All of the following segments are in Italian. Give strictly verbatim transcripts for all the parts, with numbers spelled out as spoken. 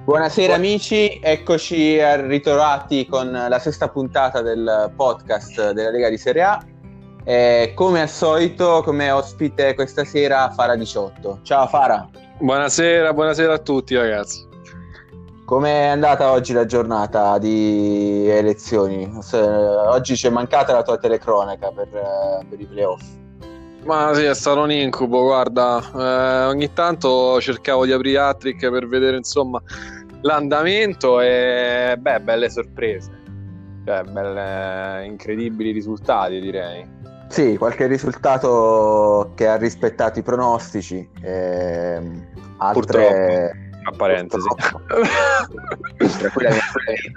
Buonasera amici, eccoci ritrovati con la sesta puntata del podcast della Lega di Serie A. Eh, come al solito, come ospite questa sera Fara diciotto. Ciao Fara. Buonasera, buonasera a tutti ragazzi. Come è andata oggi la giornata di elezioni? Oggi c'è mancata la tua telecronaca per, per i playoff. Ma sì, è stato un incubo, guarda, eh, ogni tanto cercavo di aprire Hattrick per vedere insomma l'andamento e beh, belle sorprese, cioè belle, incredibili risultati direi. Sì, qualche risultato che ha rispettato i pronostici, ehm, altre... Purtroppo, a parentesi. Tra cui la mia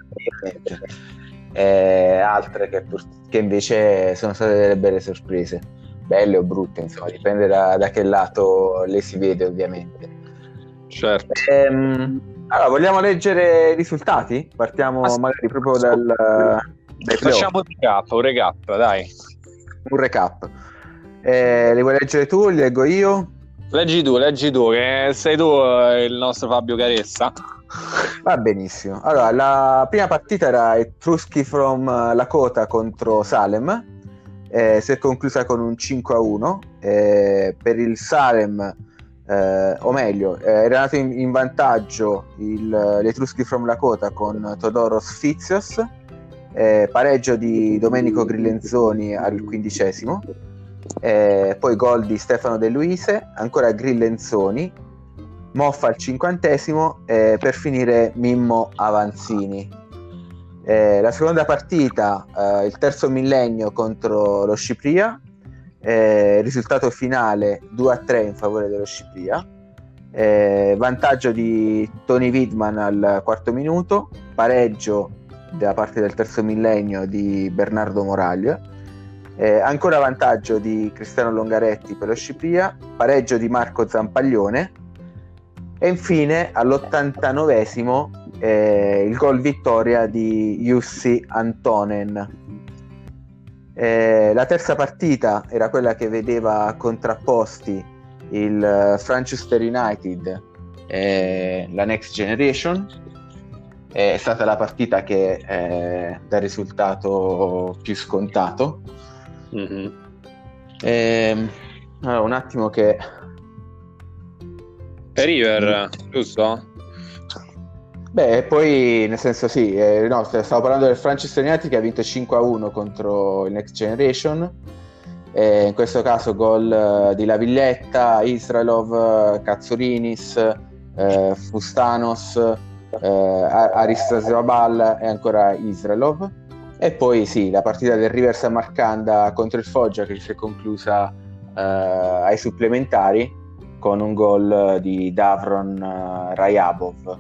eh, altre che, pur... che invece sono state delle belle sorprese, belle o brutte, insomma, dipende da, da che lato le si vede ovviamente. Certo. Ehm, allora, vogliamo leggere i risultati? Partiamo As- magari proprio dal, dai Facciamo un recap, un recap, dai. Un recap. Eh, li vuoi leggere tu? Li leggo io? Leggi tu, leggi tu, che sei tu il nostro Fabio Caressa. Va benissimo. Allora, la prima partita era Etruschi from Lakota contro Salem. Eh, si è conclusa con un cinque a uno. Eh, per il Salem, eh, o meglio, eh, era nato in, in vantaggio il, l'Etruschi from Lakota con Todoros Fizios. Eh, pareggio di Domenico Grillenzoni al quindicesimo, eh, poi gol di Stefano De Luise, ancora Grillenzoni, Moffa al cinquantesimo, eh, per finire Mimmo Avanzini. Eh, la seconda partita, eh, il terzo millennio contro lo Scipria, eh, risultato finale due a tre in favore dello Scipria, eh, vantaggio di Tony Widman al quarto minuto, pareggio da parte del terzo millennio di Bernardo Moraglia, eh, ancora vantaggio di Cristiano Longaretti per lo Scipria, pareggio di Marco Zampaglione e infine all'ottantanovesimo eh, il gol vittoria di Jussi Antonen. Eh, la terza partita era quella che vedeva contrapposti il Manchester United e la Next Generation. È stata la partita che eh, dà il risultato più scontato. Mm-hmm. E, allora, un attimo che È River, giusto? beh, poi nel senso sì, eh, no, stavo parlando del Manchester United che ha vinto cinque a uno contro il Next Generation. Eh, in questo caso gol eh, di Lavilletta, Israelov, Katsurinis, eh, Fustanos, eh, Aristazabal e ancora Israelov. E poi sì, la partita del River Samarcanda contro il Foggia che si è conclusa eh, ai supplementari con un gol di Davron uh, Rajabov.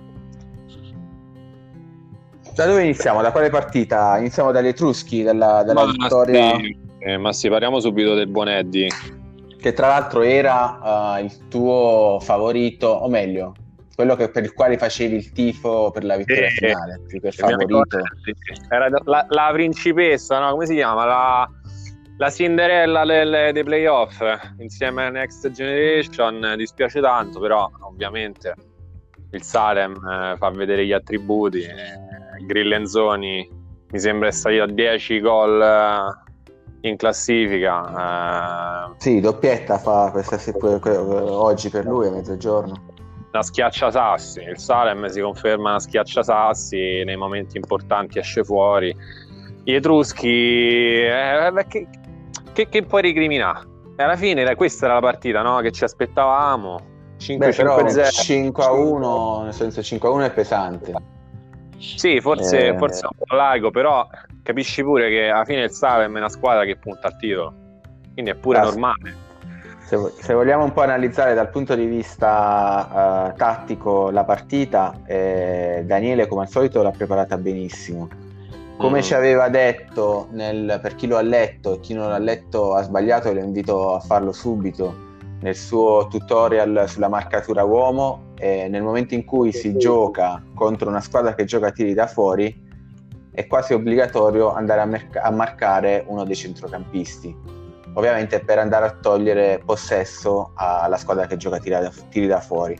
Da dove iniziamo? Da quale partita? Iniziamo dagli Etruschi, dalla, dalla ma vittoria sì, eh, ma sì, parliamo subito del buon Eddie, che tra l'altro era uh, il tuo favorito, o meglio quello che, per il quale facevi il tifo per la vittoria sì, finale, più che favorito. favorito. Era la, la principessa, no? Come si chiama? La, la Cinderella dei, dei playoff insieme a Next Generation. Dispiace tanto, però ovviamente il Salem eh, fa vedere gli attributi. eh, Grillenzoni mi sembra essere a dieci gol eh, in classifica, eh, Sì, doppietta fa questa se- oggi per lui a mezzogiorno. una schiacciasassi. Il Salem si conferma una schiacciasassi, nei momenti importanti esce fuori. Gli Etruschi eh, che, che, che puoi recriminare? Alla fine questa era la partita, no? Che ci aspettavamo. cinque cinque zero. cinque a uno, nel senso cinque a uno è pesante. Sì, forse, Eh... forse è un po' laico, però capisci pure che alla fine il Salem è una squadra che punta al titolo, quindi è pure Ah, normale. Se, se vogliamo un po' analizzare dal punto di vista uh, tattico la partita, eh, Daniele come al solito l'ha preparata benissimo. Come mm. ci aveva detto, nel, per chi lo ha letto e chi non l'ha letto ha sbagliato, lo invito a farlo subito, nel suo tutorial sulla marcatura uomo, eh, nel momento in cui si gioca contro una squadra che gioca a tiri da fuori è quasi obbligatorio andare a, mer- a marcare uno dei centrocampisti, ovviamente per andare a togliere possesso alla squadra che gioca tiri da, tiri da fuori.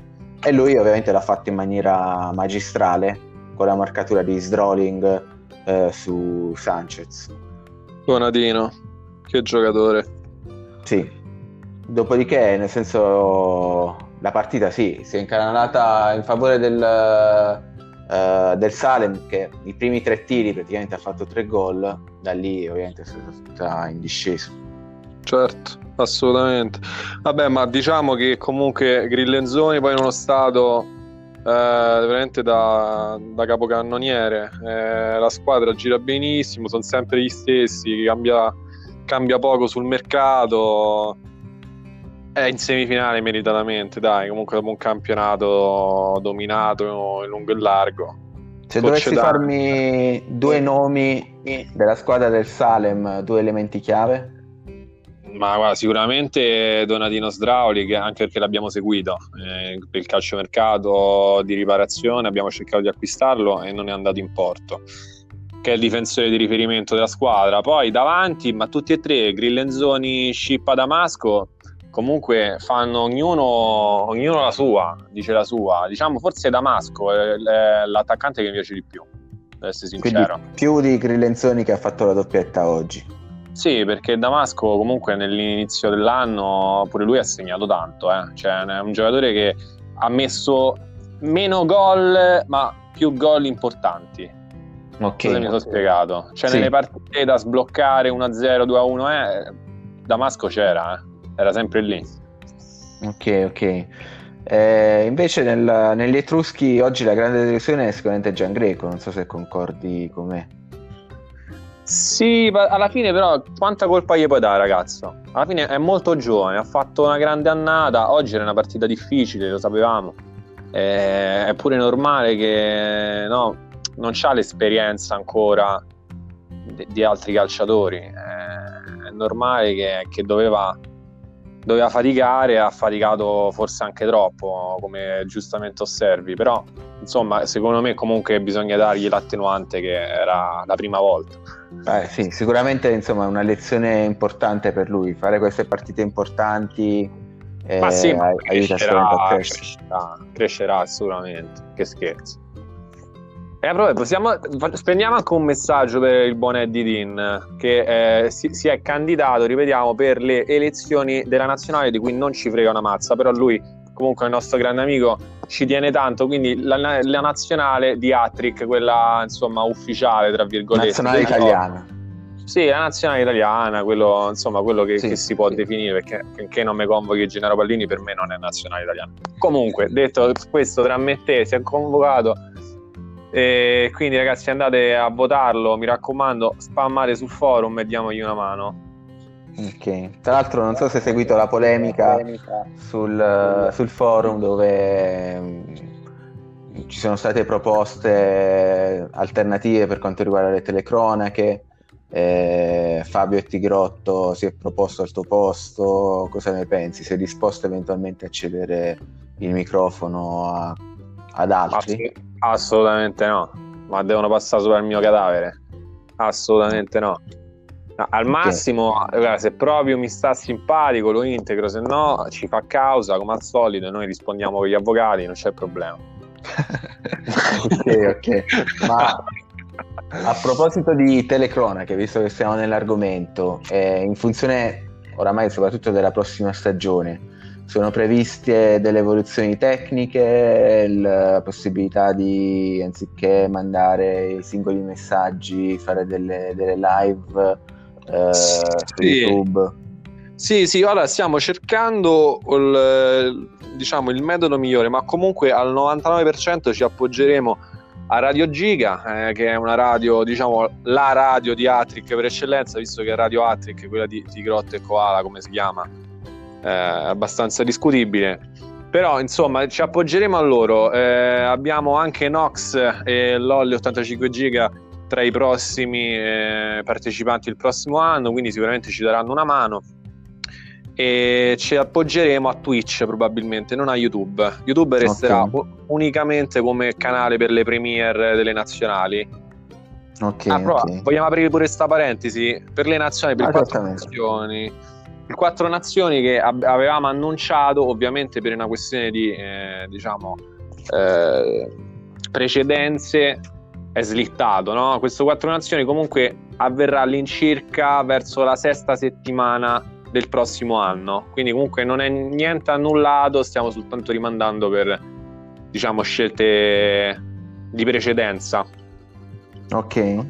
e lui ovviamente l'ha fatto in maniera magistrale con la marcatura di Smalling eh, su Sanchez. Donatino, che giocatore. Sì, dopodiché nel senso la partita sì, si è incanalata in favore del, uh, del Salem, che i primi tre tiri praticamente ha fatto tre gol, da lì ovviamente è stata tutta in discesa. Certo, assolutamente. Vabbè, ma diciamo che comunque Grillenzoni poi in uno stato eh, veramente da, da capocannoniere, eh, la squadra gira benissimo, sono sempre gli stessi, cambia, cambia poco sul mercato, è in semifinale meritatamente, dai, comunque dopo un campionato dominato in lungo e largo. Se dovessi farmi due nomi della squadra del Salem, due elementi chiave? Ma guarda, sicuramente Donatino Smalling, anche perché l'abbiamo seguito eh, per il calciomercato di riparazione, abbiamo cercato di acquistarlo e non è andato in porto, che è il difensore di riferimento della squadra. Poi davanti, ma tutti e tre, Grillenzoni, Scippa, Damasco, comunque fanno ognuno, ognuno la sua, dice la sua. Diciamo forse Damasco è l'attaccante che mi piace di più, devo essere sincero. Quindi più di Grillenzoni che ha fatto la doppietta oggi. Sì, perché Damasco comunque nell'inizio dell'anno pure lui ha segnato tanto, eh. Cioè è un giocatore che ha messo meno gol ma più gol importanti. Ok, cosa mi sono spiegato? Cioè sì. Nelle partite da sbloccare uno a zero, due a uno eh, Damasco c'era, eh. Era sempre lì. Ok, ok. Eh, invece nel, negli Etruschi oggi la grande delusione è sicuramente Giangreco, non so se concordi con me. Sì, alla fine però quanta colpa gli puoi dare, ragazzo? Alla fine è molto giovane, ha fatto una grande annata, oggi era una partita difficile, lo sapevamo. Eh, è pure normale che no, non c'ha l'esperienza ancora di, di altri calciatori. Eh, è normale che, che doveva, doveva faticare, ha faticato forse anche troppo, come giustamente osservi, però insomma secondo me comunque bisogna dargli l'attenuante che era la prima volta. Eh, sì, sicuramente insomma è una lezione importante per lui, fare queste partite importanti eh, ma sì, ma aiuta crescerà, a crescere. crescerà, crescerà sicuramente, che scherzo. E allora possiamo, spendiamo anche un messaggio per il buon Eddie Dean che eh, si, si è candidato, ripetiamo, per le elezioni della nazionale di cui non ci frega una mazza, però lui comunque è il nostro grande amico, ci tiene tanto, quindi la, la nazionale di Hat-Trick, quella insomma ufficiale tra virgolette, nazionale italiana. Sì, la nazionale italiana, quello insomma quello che, sì, che si può sì. definire, perché finché non mi convochi Gennaro Pallini per me non è nazionale italiana. Comunque, detto questo, tra me e te si è convocato, e quindi ragazzi andate a votarlo, mi raccomando, spammate sul forum e diamogli una mano. Ok, tra l'altro non so se hai seguito la polemica sul, sul forum dove um, ci sono state proposte alternative per quanto riguarda le telecronache. eh, Fabio Ettigrotto si è proposto al tuo posto, cosa ne pensi? Sei disposto eventualmente a cedere il microfono a, ad altri? Ass- assolutamente no, ma devono passare sopra il mio cadavere, assolutamente no. No, al massimo, okay. Se proprio mi sta simpatico lo integro, se no ci fa causa come al solito e noi rispondiamo con gli avvocati, non c'è problema. ok, ok. Ma a proposito di telecronache, visto che siamo nell'argomento, eh, in funzione oramai soprattutto della prossima stagione, sono previste delle evoluzioni tecniche, la possibilità di, anziché mandare i singoli messaggi, fare delle, delle live eh, sì. su YouTube? Sì, sì, ora stiamo cercando il, diciamo, il metodo migliore, ma comunque al novantanove per cento ci appoggeremo a Radio Giga, eh, che è una radio, diciamo, la radio di Hat-Trick per eccellenza, visto che Radio Hat-Trick, quella di Tigrotto e Koala, come si chiama, è abbastanza discutibile. Però insomma ci appoggeremo a loro. Eh, abbiamo anche Nox e Lolli ottantacinque giga tra i prossimi eh, partecipanti il prossimo anno, quindi sicuramente ci daranno una mano. E ci appoggeremo a Twitch probabilmente, non a YouTube. YouTube resterà okay. unicamente come canale per le premiere delle nazionali. Ok, ah, okay. Vogliamo aprire pure sta parentesi? Per le nazionali, per quattro nazioni il Quattro Nazioni che ab- avevamo annunciato, ovviamente per una questione di eh, diciamo eh, precedenze, è slittato, no? Questo Quattro Nazioni comunque avverrà all'incirca verso la sesta settimana del prossimo anno, quindi comunque non è niente annullato, stiamo soltanto rimandando per, diciamo, scelte di precedenza. Ok,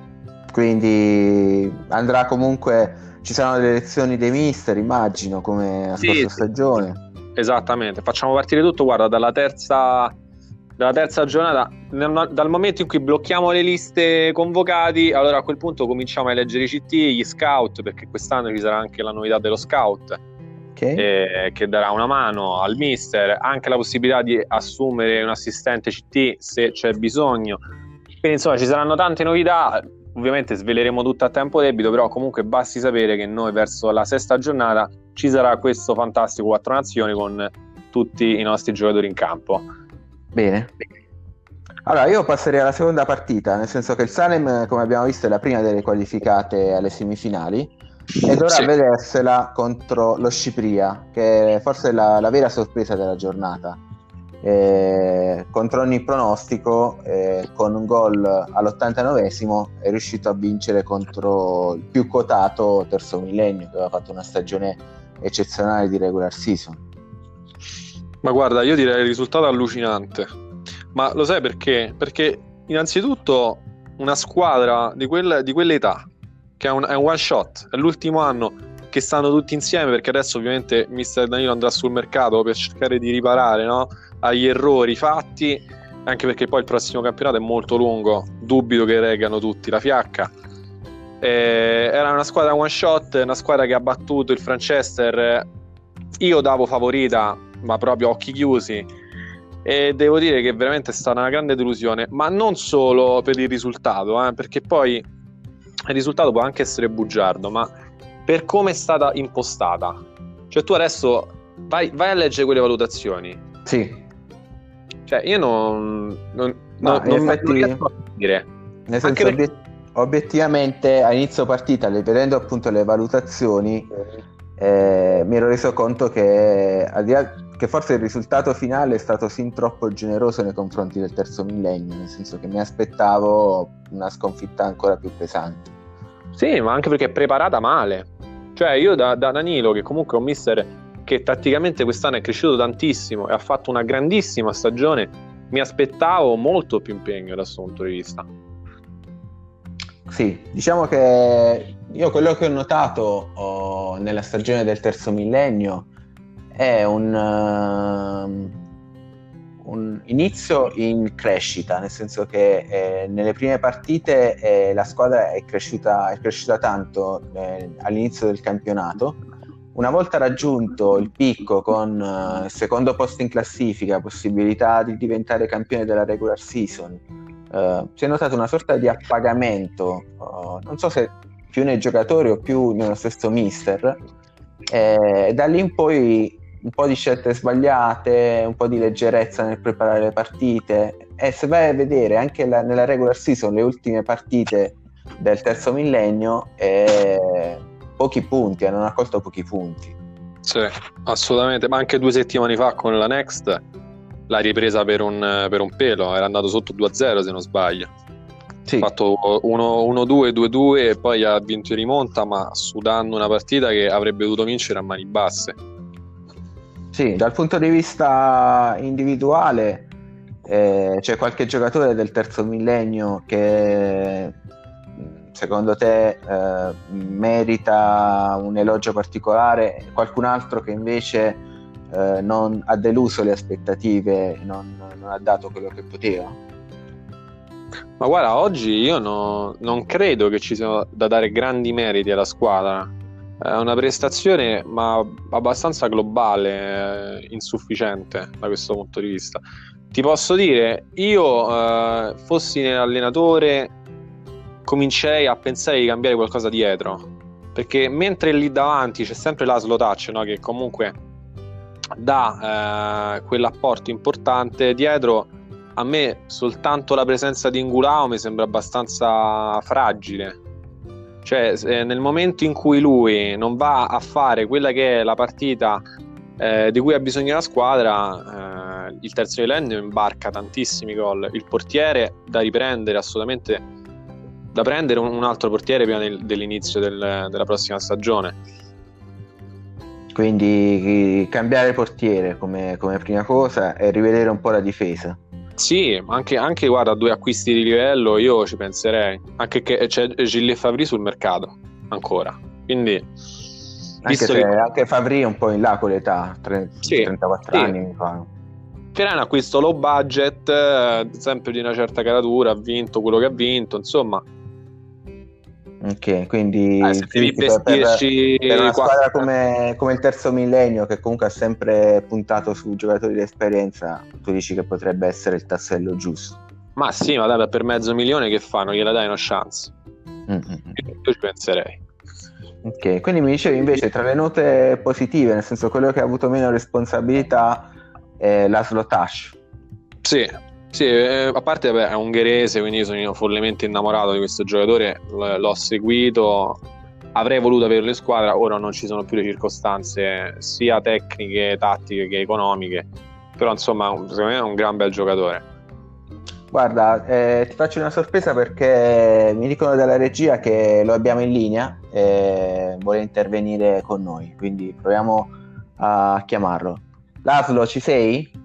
quindi andrà comunque, ci saranno le elezioni dei mister, immagino, come la Sì, scorsa sì. stagione. Esattamente, facciamo partire tutto, guarda, dalla terza dalla terza giornata, nel- dal momento in cui blocchiamo le liste convocati, allora a quel punto cominciamo a eleggere i C T, gli scout, perché quest'anno ci sarà anche la novità dello scout, Okay. eh, che darà una mano al mister, anche la possibilità di assumere un assistente C T se c'è bisogno. Quindi insomma ci saranno tante novità, ovviamente sveleremo tutto a tempo debito, però comunque basti sapere che noi verso la sesta giornata ci sarà questo fantastico Quattro Nazioni con tutti i nostri giocatori in campo. Bene. Allora, io passerei alla seconda partita, nel senso che il Salem, come abbiamo visto, è la prima delle qualificate alle semifinali e dovrà Sì. vedersela contro lo Scipria, che forse è la, la vera sorpresa della giornata. Eh, contro ogni pronostico, eh, con un gol all'ottantanovesimo è riuscito a vincere contro il più quotato Terzo Millennio, che aveva fatto una stagione eccezionale di regular season. Ma guarda, io direi il risultato allucinante. Ma lo sai perché? Perché innanzitutto una squadra di, quel, di quell'età, che è un, è un one shot, è l'ultimo anno che stanno tutti insieme, perché adesso ovviamente mister Danilo andrà sul mercato per cercare di riparare, no, agli errori fatti, anche perché poi il prossimo campionato è molto lungo, dubito che reggano tutti la fiacca. Eh, era una squadra one shot, una squadra che ha battuto il Franchester. Io davo favorita, ma proprio a occhi chiusi, e devo dire che veramente è stata una grande delusione, ma non solo per il risultato, eh, perché poi il risultato può anche essere bugiardo, ma per come è stata impostata. Cioè tu adesso vai, vai a leggere quelle valutazioni. Sì. Cioè io non, non, No, non, in non effetti, riesco a dire. nel senso, Anche perché... obiet- obiettivamente a inizio partita, le- vedendo appunto le valutazioni, eh, mi ero reso conto che, al di là, che forse il risultato finale è stato sin troppo generoso nei confronti del Terzo Millennio, nel senso che mi aspettavo una sconfitta ancora più pesante. Sì, ma anche perché è preparata male. Cioè io da, da Danilo, che comunque è un mister che tatticamente quest'anno è cresciuto tantissimo e ha fatto una grandissima stagione, mi aspettavo molto più impegno da questo punto di vista. Sì, diciamo che io quello che ho notato oh, nella stagione del Terzo Millennio è un, uh, un inizio in crescita, nel senso che eh, nelle prime partite eh, la squadra è cresciuta, è cresciuta tanto eh, all'inizio del campionato. Una volta raggiunto il picco con uh, il secondo posto in classifica, possibilità di diventare campione della regular season, uh, si è notato una sorta di appagamento, uh, non so se più nei giocatori o più nello stesso mister, e da lì in poi un po' di scelte sbagliate, un po' di leggerezza nel preparare le partite, e se vai a vedere anche la, nella regular season le ultime partite del Terzo Millennio, eh, pochi punti, hanno raccolto pochi punti. Sì, assolutamente, ma anche due settimane fa con la Next l'ha ripresa per un, per un pelo, era andato sotto due a zero se non sbaglio. Sì. Ha fatto uno due, due due e poi ha vinto in rimonta, ma sudando una partita che avrebbe dovuto vincere a mani basse. Sì, dal punto di vista individuale eh, c'è qualche giocatore del Terzo Millennio che secondo te eh, merita un elogio particolare, qualcun altro che invece eh, non ha deluso le aspettative, non, non ha dato quello che poteva? Ma guarda, oggi io no, non credo che ci siano da dare grandi meriti alla squadra. È una prestazione ma abbastanza globale, eh, insufficiente da questo punto di vista. Ti posso dire, io eh, fossi l'allenatore, comincerei a pensare di cambiare qualcosa dietro, perché mentre lì davanti c'è sempre l'Aslo Touch, no, che comunque dà eh, quell'apporto importante, dietro a me soltanto la presenza di Ngulao mi sembra abbastanza fragile. Cioè, nel momento in cui lui non va a fare quella che è la partita eh, di cui ha bisogno la squadra, eh, il terzo millennio imbarca tantissimi gol. Il portiere da riprendere, assolutamente da prendere un, un altro portiere prima del, dell'inizio del, della prossima stagione. Quindi cambiare portiere come, come prima cosa e rivedere un po' la difesa. Sì, anche, anche guarda, due acquisti di livello io ci penserei, anche che c'è Gilles Favry sul mercato ancora, quindi anche se che... anche Favry è un po' in là con l'età, sì, trentaquattro sì. anni mi fa. Che è un acquisto low budget, eh, sempre di una certa caratura, ha vinto quello che ha vinto, insomma. Ok, quindi eh, se devi per, per, per una qua... squadra come, come il terzo millennio, che comunque ha sempre puntato su giocatori di esperienza, tu dici che potrebbe essere il tassello giusto? Ma sì, ma dai, per mezzo milione che fanno? Gliela dai una chance? Mm-hmm. Io ci penserei. Ok, quindi mi dicevi invece tra le note positive, nel senso quello che ha avuto meno responsabilità è Laszlo Tash. Sì, sì, eh, a parte beh, è ungherese, quindi io sono follemente innamorato di questo giocatore, l- l'ho seguito, avrei voluto averlo in squadra, ora non ci sono più le circostanze sia tecniche, tattiche che economiche, però insomma secondo me è un gran bel giocatore. Guarda, eh, ti faccio una sorpresa perché mi dicono dalla regia che lo abbiamo in linea e vuole intervenire con noi, quindi proviamo a chiamarlo. Laszlo, ci sei?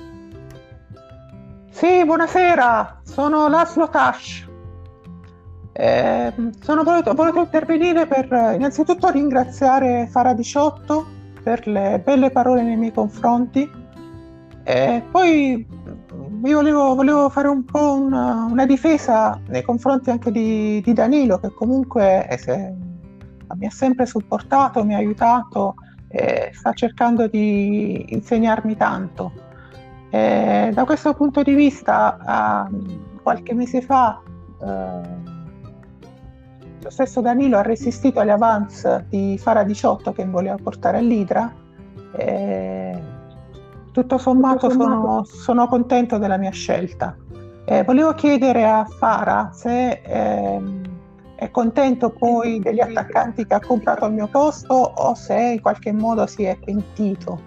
Sì, buonasera, sono Laszlo Tash. Eh, sono voluto, voluto intervenire per innanzitutto ringraziare Fara diciotto per le belle parole nei miei confronti e poi io volevo, volevo fare un po' una, una difesa nei confronti anche di, di Danilo, che comunque è se, mi ha sempre supportato, mi ha aiutato e sta cercando di insegnarmi tanto. E da questo punto di vista, uh, qualche mese fa uh, lo stesso Danilo ha resistito agli avance di Fara diciotto che voleva portare all'Hydra. E tutto sommato, tutto sommato sono, sono contento della mia scelta. Eh, volevo chiedere a Fara se ehm, è contento poi degli attaccanti che ha comprato al mio posto o se in qualche modo si è pentito.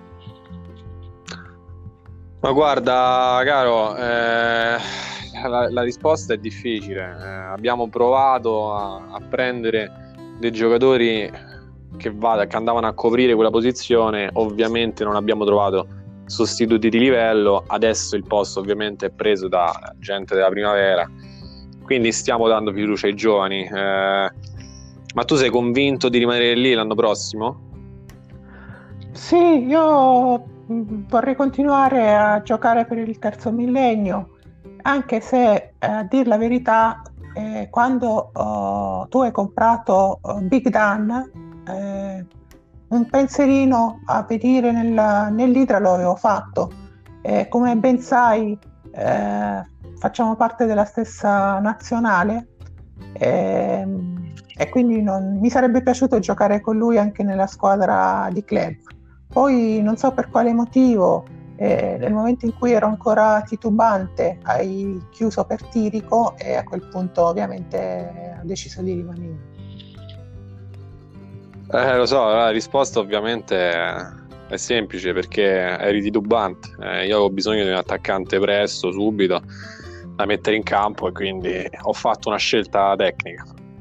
Ma guarda, caro, eh, la, la risposta è difficile. Eh, abbiamo provato a, a prendere dei giocatori che, vada, che andavano a coprire quella posizione, ovviamente non abbiamo trovato sostituti di livello, adesso il posto ovviamente è preso da gente della primavera, quindi stiamo dando fiducia ai giovani. Eh, ma tu sei convinto di rimanere lì l'anno prossimo? Sì, io vorrei continuare a giocare per il terzo millennio, anche se a dir la verità eh, quando uh, tu hai comprato uh, Big Dan eh, un pensierino a vedere nel, nell'Hydra lo avevo fatto. Eh, come ben sai, eh, facciamo parte della stessa nazionale eh, e quindi non, mi sarebbe piaciuto giocare con lui anche nella squadra di club. Poi non so per quale motivo, eh, nel momento in cui ero ancora titubante, hai chiuso per Tirico e a quel punto ovviamente ho deciso di rimanere. Eh, lo so, la risposta ovviamente è semplice perché eri titubante. Eh, io avevo bisogno di un attaccante presto, subito, da mettere in campo e quindi ho fatto una scelta tecnica.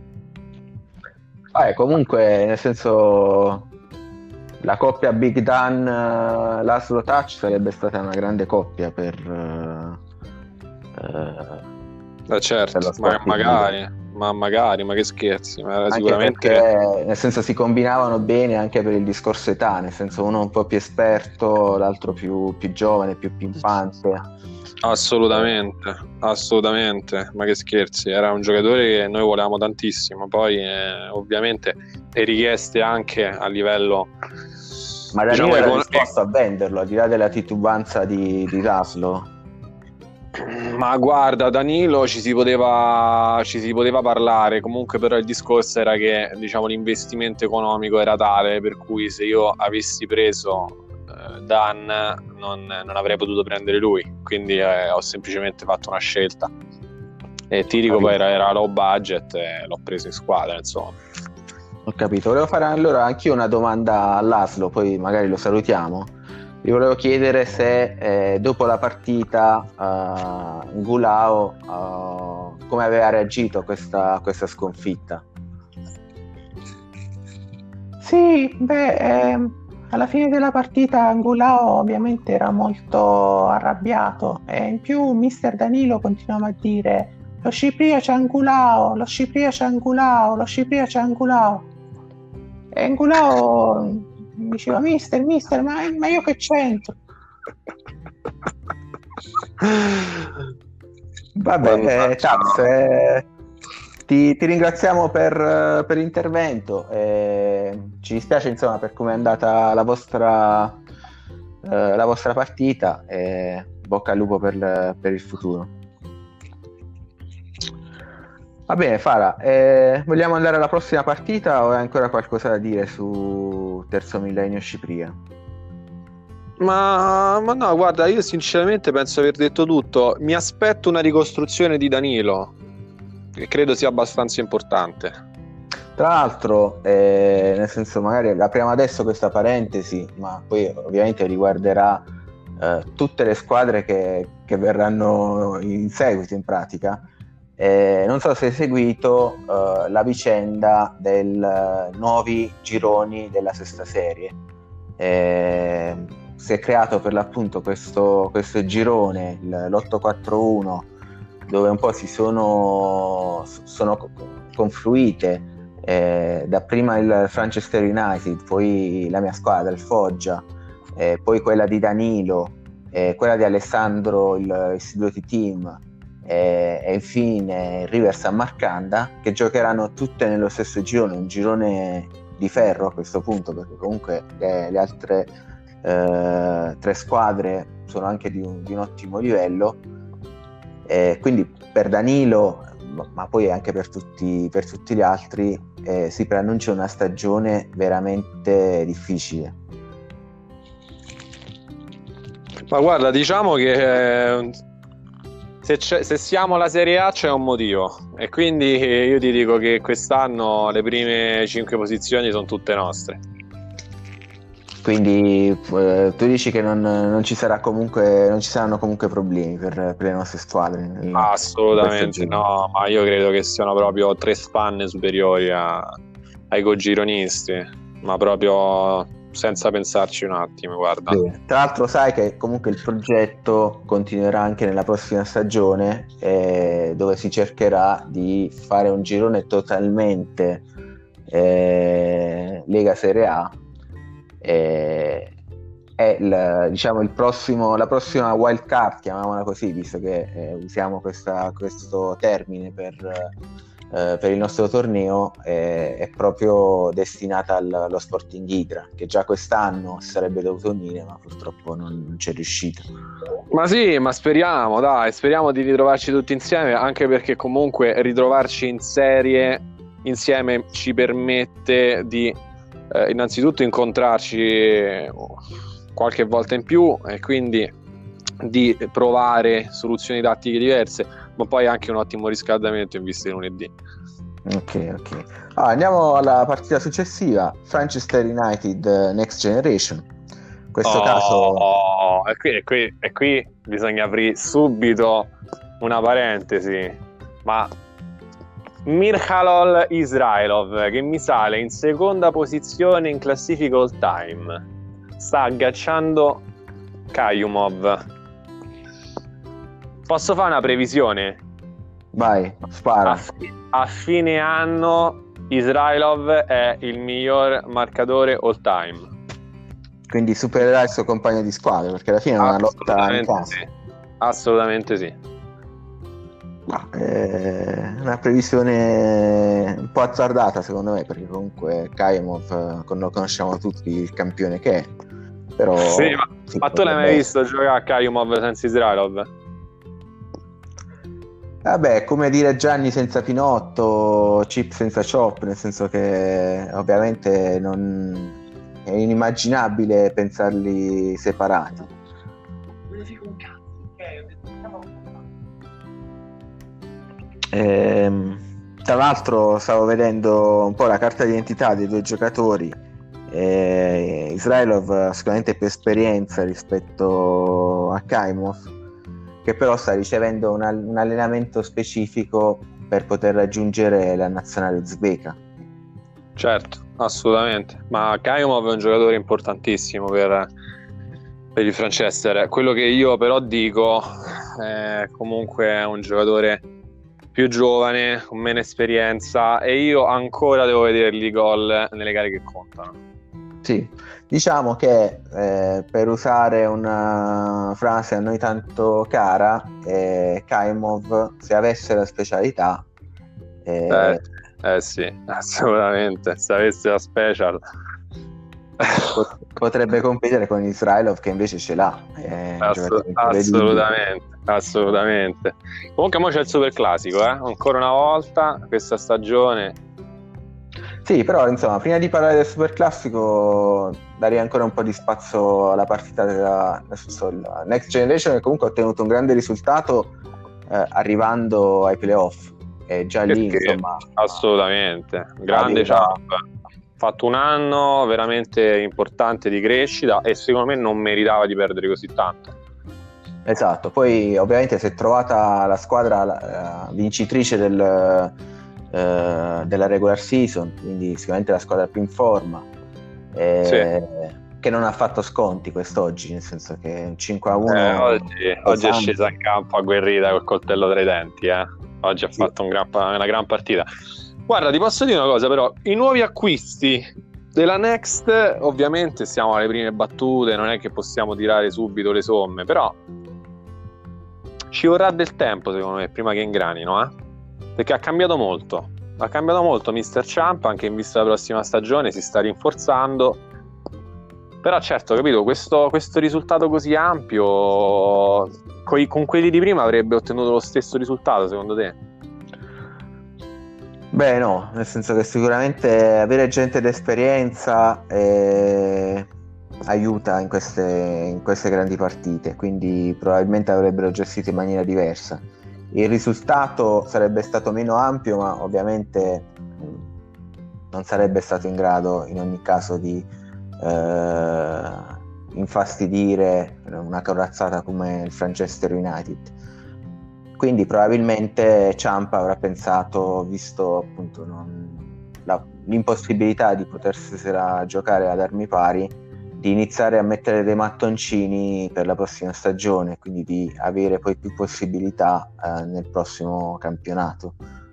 Ah, comunque, nel senso, la coppia Big Dan uh, Laszlo Touch sarebbe stata una grande coppia per... Uh, uh, eh certo, per ma magari... Ma magari, ma che scherzi, ma anche sicuramente perché, nel senso, si combinavano bene anche per il discorso età, nel senso uno un po' più esperto, l'altro più, più giovane, più pimpante. Assolutamente, assolutamente, ma che scherzi, era un giocatore che noi volevamo tantissimo, poi eh, ovviamente le richieste anche a livello... Ma Danilo diciamo, era econ- disposto a venderlo, al di là della titubanza di, di Laszlo? Ma guarda, Danilo ci si poteva ci si poteva parlare, comunque però il discorso era che diciamo l'investimento economico era tale per cui se io avessi preso eh, Dan non, non avrei potuto prendere lui, quindi eh, ho semplicemente fatto una scelta. e ti dico poi era, era low budget e l'ho preso in squadra, insomma. Ho capito. Volevo fare allora anch'io una domanda all'Aslo, poi magari lo salutiamo. Vi volevo chiedere se eh, dopo la partita uh, Ngulao uh, come aveva reagito a questa, questa sconfitta. Sì, beh, eh, alla fine della partita Ngulao ovviamente era molto arrabbiato e in più mister Danilo continuava a dire lo Scipria c'è Ngulao, lo Scipria c'è Ngulao, lo Scipria c'è Ngulao. E Ngulao diceva mister, mister, ma, ma io che c'entro? Vabbè, eh, Taps, eh, ti, ti ringraziamo per, per l'intervento. Eh, ci dispiace insomma per come è andata la vostra, eh, la vostra partita. Eh, bocca al lupo per, per il futuro. Va bene, Fara, eh, vogliamo andare alla prossima partita o hai ancora qualcosa da dire su Terzo Millennio Scipria? Ma, ma no, guarda, io sinceramente penso aver detto tutto. Mi aspetto una ricostruzione di Danilo, che credo sia abbastanza importante. Tra l'altro, eh, nel senso, magari apriamo adesso questa parentesi, ma poi ovviamente riguarderà eh, tutte le squadre che, che verranno in seguito in pratica. Eh, non so se hai seguito uh, la vicenda del uh, nuovi gironi della sesta serie. Eh, si è creato per l'appunto questo, questo girone, l'otto quattro uno, dove un po' si sono, sono confluite eh, dapprima il Franchester United, poi la mia squadra, il Foggia, eh, poi quella di Danilo, eh, quella di Alessandro, il, il Sidoti Team, e, e infine River San Marcanda, che giocheranno tutte nello stesso girone, un girone di ferro a questo punto, perché comunque le, le altre eh, tre squadre sono anche di un, di un ottimo livello, eh, quindi per Danilo, ma poi anche per tutti, per tutti gli altri, eh, si preannuncia una stagione veramente difficile. Ma guarda, diciamo che eh, se, se siamo la Serie A c'è un motivo, e quindi io ti dico che quest'anno le prime cinque posizioni sono tutte nostre. Quindi eh, tu dici che non, non ci sarà comunque, non ci saranno comunque problemi per, per le nostre squadre? Nel, Assolutamente no, ma io credo che siano proprio tre spanne superiori a, ai cogironisti, ma proprio senza pensarci un attimo, guarda. Bene. Tra l'altro sai che comunque il progetto continuerà anche nella prossima stagione, eh, dove si cercherà di fare un girone totalmente eh, Lega Serie A. Eh, è il, diciamo il prossimo, la prossima wild card, chiamiamola così, visto che eh, usiamo questa, questo termine per, eh, per il nostro torneo, eh, è proprio destinata al, allo Sporting Hydra, che già quest'anno si sarebbe dovuto unire, ma purtroppo non, non c'è riuscito. Ma sì, ma speriamo, dai, speriamo di ritrovarci tutti insieme, anche perché comunque ritrovarci in serie insieme ci permette di Eh, innanzitutto incontrarci qualche volta in più e quindi di provare soluzioni tattiche diverse, ma poi anche un ottimo riscaldamento in vista di lunedì. Ok, ok. Ah, andiamo alla partita successiva, Manchester United Next Generation. In questo oh, caso oh, e, qui, e, qui, e qui bisogna aprire subito una parentesi, ma Mirchalol Israilov, che mi sale in seconda posizione in classifica all time, sta aggacciando Kayumov. Posso fare una previsione? Vai, spara. A, fi- a fine anno Israilov è il miglior marcatore all time, quindi supererà il suo compagno di squadra, perché alla fine è una lotta in casa. Sì. Assolutamente sì. No, è una previsione un po' azzardata secondo me, perché comunque Kayumov lo conosciamo tutti, il campione che è, però sì, ma, sì, ma tu l'hai mai visto giocare a Kayumov senza Israilov? Vabbè, come dire Gianni senza Pinotto, Chip senza Chop, nel senso che ovviamente non è inimmaginabile pensarli separati. Ehm, tra l'altro stavo vedendo un po' la carta d'identità dei due giocatori. eh, Israelov ha sicuramente più esperienza rispetto a Kaimov, che però sta ricevendo un, all- un allenamento specifico per poter raggiungere la nazionale uzbeka. Certo, assolutamente, ma Kaimov è un giocatore importantissimo per, per il Franchester. Quello che io però dico è comunque è un giocatore più giovane, con meno esperienza, e io ancora devo vedergli i gol nelle gare che contano. Sì, diciamo che eh, per usare una frase a noi tanto cara, eh, Kaimov, se avesse la specialità, eh, Eh, eh sì, assolutamente, se avesse la special pot- potrebbe competere con Israelov, che invece ce l'ha. È un Ass- giocatore incredibile. assolutamente, assolutamente. Comunque mo c'è il super classico, eh? Ancora una volta questa stagione. Sì, però insomma, prima di parlare del superclassico darei ancora un po' di spazio alla partita della nel senso, la Next Generation, che comunque ha ottenuto un grande risultato eh, arrivando ai playoff, e già lì Perché? insomma Assolutamente, grande aveva- Champ, ha fatto un anno veramente importante di crescita e secondo me non meritava di perdere così tanto. Esatto, poi ovviamente si è trovata la squadra la, vincitrice del, eh, della regular season, quindi sicuramente la squadra più in forma, eh, che non ha fatto sconti quest'oggi, nel senso che un cinque a uno Eh, oggi, oggi è pesante. scesa in campo agguerrita col coltello tra i denti, eh. Oggi ha Sì. fatto un gran, una gran partita. Guarda, ti posso dire una cosa però, i nuovi acquisti della Next, ovviamente siamo alle prime battute, non è che possiamo tirare subito le somme, però ci vorrà del tempo secondo me prima che ingranino, eh? Perché ha cambiato molto, ha cambiato molto mister Champ, anche in vista della prossima stagione si sta rinforzando, però certo, capito, questo, questo risultato così ampio coi, con quelli di prima avrebbe ottenuto lo stesso risultato secondo te? Beh no, nel senso che sicuramente avere gente d'esperienza eh, aiuta in queste, in queste grandi partite, quindi probabilmente avrebbero gestito in maniera diversa. Il risultato sarebbe stato meno ampio, ma ovviamente mh, non sarebbe stato in grado in ogni caso di eh, infastidire una corazzata come il Manchester United. Quindi probabilmente Ciampa avrà pensato, visto appunto non, la, l'impossibilità di potersela giocare ad armi pari, di iniziare a mettere dei mattoncini per la prossima stagione, quindi di avere poi più possibilità eh, nel prossimo campionato.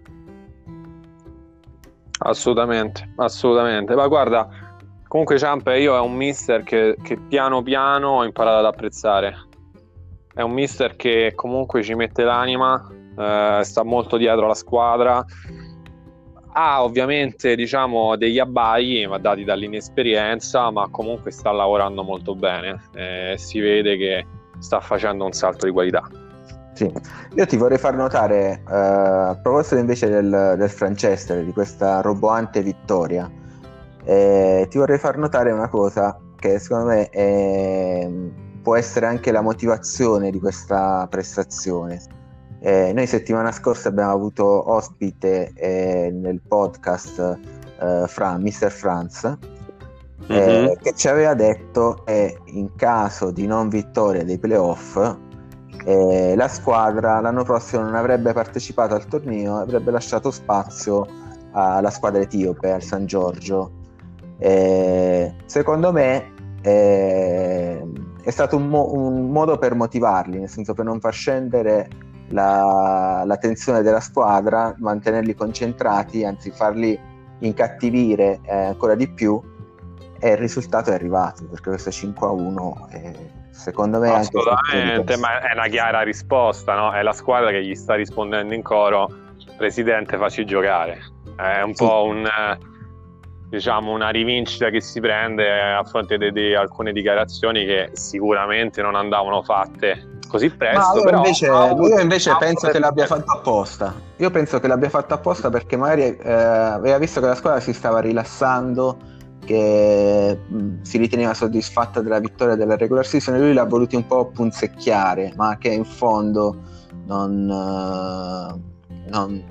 Assolutamente, assolutamente. Ma guarda, comunque Ciampa io è un mister che, che piano piano ho imparato ad apprezzare. È un mister che comunque ci mette l'anima, eh, sta molto dietro alla squadra, ha ovviamente diciamo degli abbai ma dati dall'inesperienza, ma comunque sta lavorando molto bene, eh, si vede che sta facendo un salto di qualità. Sì, io ti vorrei far notare, eh, a proposito invece del, del Manchester, di questa roboante vittoria, eh, ti vorrei far notare una cosa che secondo me è, può essere anche la motivazione di questa prestazione. Eh, noi settimana scorsa abbiamo avuto ospite eh, nel podcast eh, Fra, mister Franz, eh, mm-hmm. che ci aveva detto che in caso di non vittoria dei playoff eh, la squadra l'anno prossimo non avrebbe partecipato al torneo, avrebbe lasciato spazio alla squadra etiope, al San Giorgio. Eh, secondo me eh, è stato un, mo- un modo per motivarli, nel senso per non far scendere la, la tensione della squadra, mantenerli concentrati, anzi farli incattivire eh, ancora di più, e il risultato è arrivato, perché questo cinque a uno eh, secondo me assolutamente, ma è una chiara risposta, no? È la squadra che gli sta rispondendo in coro: presidente, facci giocare. È un sì. po' un diciamo una rivincita che si prende a fronte di, di alcune dichiarazioni che sicuramente non andavano fatte così presto. Ma io però invece, avuto, io invece penso che l'abbia fatto apposta. Io penso che l'abbia fatto apposta perché magari eh, aveva visto che la squadra si stava rilassando, che mh, si riteneva soddisfatta della vittoria della regular season, e lui l'ha voluti un po' punzecchiare, ma che in fondo non, uh, non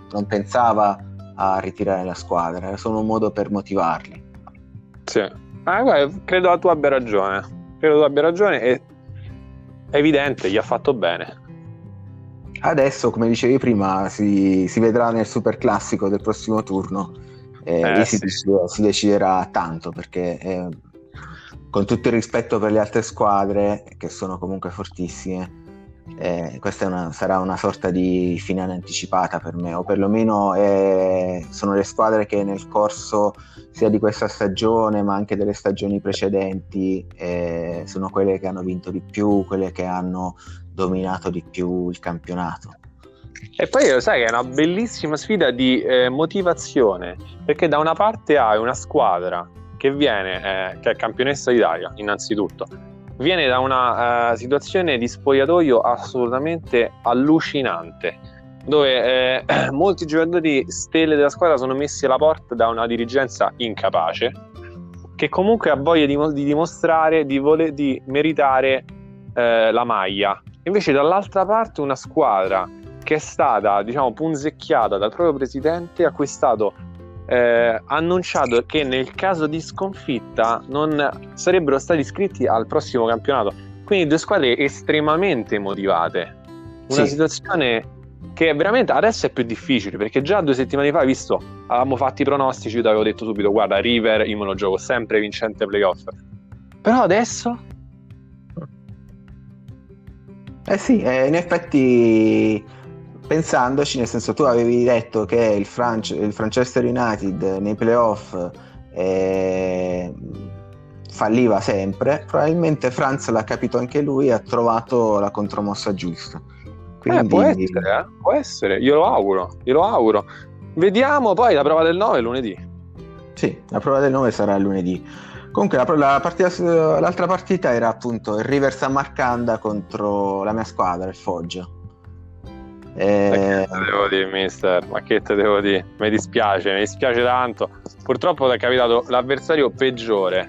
non pensava a ritirare la squadra, era solo un modo per motivarli. Sì, ah, guarda, credo tu abbia ragione, credo tu abbia ragione e è evidente, gli ha fatto bene. Adesso, come dicevi prima, si, si vedrà nel super classico del prossimo turno, eh, Eh, lì si, sì. si deciderà tanto, perché eh, con tutto il rispetto per le altre squadre, che sono comunque fortissime, eh, questa è una, sarà una sorta di finale anticipata per me, o perlomeno eh, sono le squadre che nel corso sia di questa stagione ma anche delle stagioni precedenti eh, sono quelle che hanno vinto di più, quelle che hanno dominato di più il campionato. E poi lo sai che è una bellissima sfida di eh, motivazione, perché da una parte hai una squadra che viene, eh, che è campionessa d'Italia innanzitutto, viene da una uh, situazione di spogliatoio assolutamente allucinante, dove eh, molti giocatori stelle della squadra sono messi alla porta da una dirigenza incapace, che comunque ha voglia di, di dimostrare di, voler, di meritare eh, la maglia. Invece dall'altra parte una squadra che è stata, diciamo, punzecchiata dal proprio presidente, a cui è stato eh, annunciato che nel caso di sconfitta non sarebbero stati iscritti al prossimo campionato. Quindi due squadre estremamente motivate. Una Sì. situazione che veramente adesso è più difficile, perché già due settimane fa, visto, avevamo fatto i pronostici, io ti avevo detto subito, guarda, River io me lo gioco sempre vincente playoff. Però adesso... Eh sì, eh, in effetti pensandoci, nel senso, tu avevi detto che il, Franch- il Manchester United nei playoff eh, falliva sempre, probabilmente Franz l'ha capito anche lui e ha trovato la contromossa giusta. Quindi... Eh, può essere, eh? Può essere, io lo auguro, io lo auguro. Vediamo poi la prova del nove lunedì. Sì, la prova del nove sarà lunedì. Comunque la, la partita, l'altra partita era appunto il River Sammarcanda contro la mia squadra, il Foggia. Eh... Ma che te devo dire, mister? Ma che te devo dire? Mi dispiace, mi dispiace tanto. Purtroppo ti è capitato l'avversario peggiore.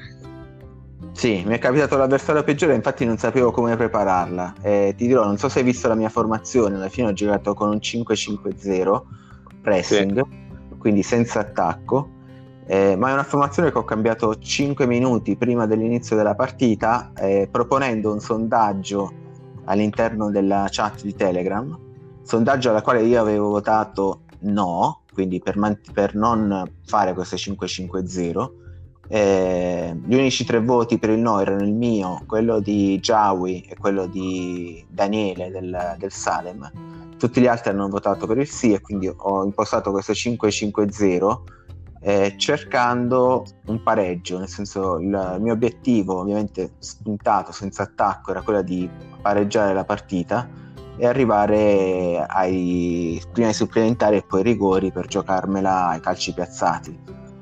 Sì, mi è capitato l'avversario peggiore, infatti non sapevo come prepararla. Eh, ti dirò, non so se hai visto la mia formazione, alla fine ho giocato con un cinque cinque zero pressing, sì. Quindi senza attacco. Eh, ma è una formazione che ho cambiato cinque minuti prima dell'inizio della partita, eh, proponendo un sondaggio all'interno della chat di Telegram, sondaggio alla quale io avevo votato no, quindi per, man- per non fare questo cinque cinque zero. Eh, gli unici tre voti per il no erano il mio, quello di Giawi e quello di Daniele del, del Salem. Tutti gli altri hanno votato per il sì e quindi ho impostato questo cinque cinque zero Eh, cercando un pareggio, nel senso il, il mio obiettivo, ovviamente spuntato senza attacco, era quello di pareggiare la partita e arrivare ai primi ai supplementari e poi ai rigori per giocarmela ai calci piazzati.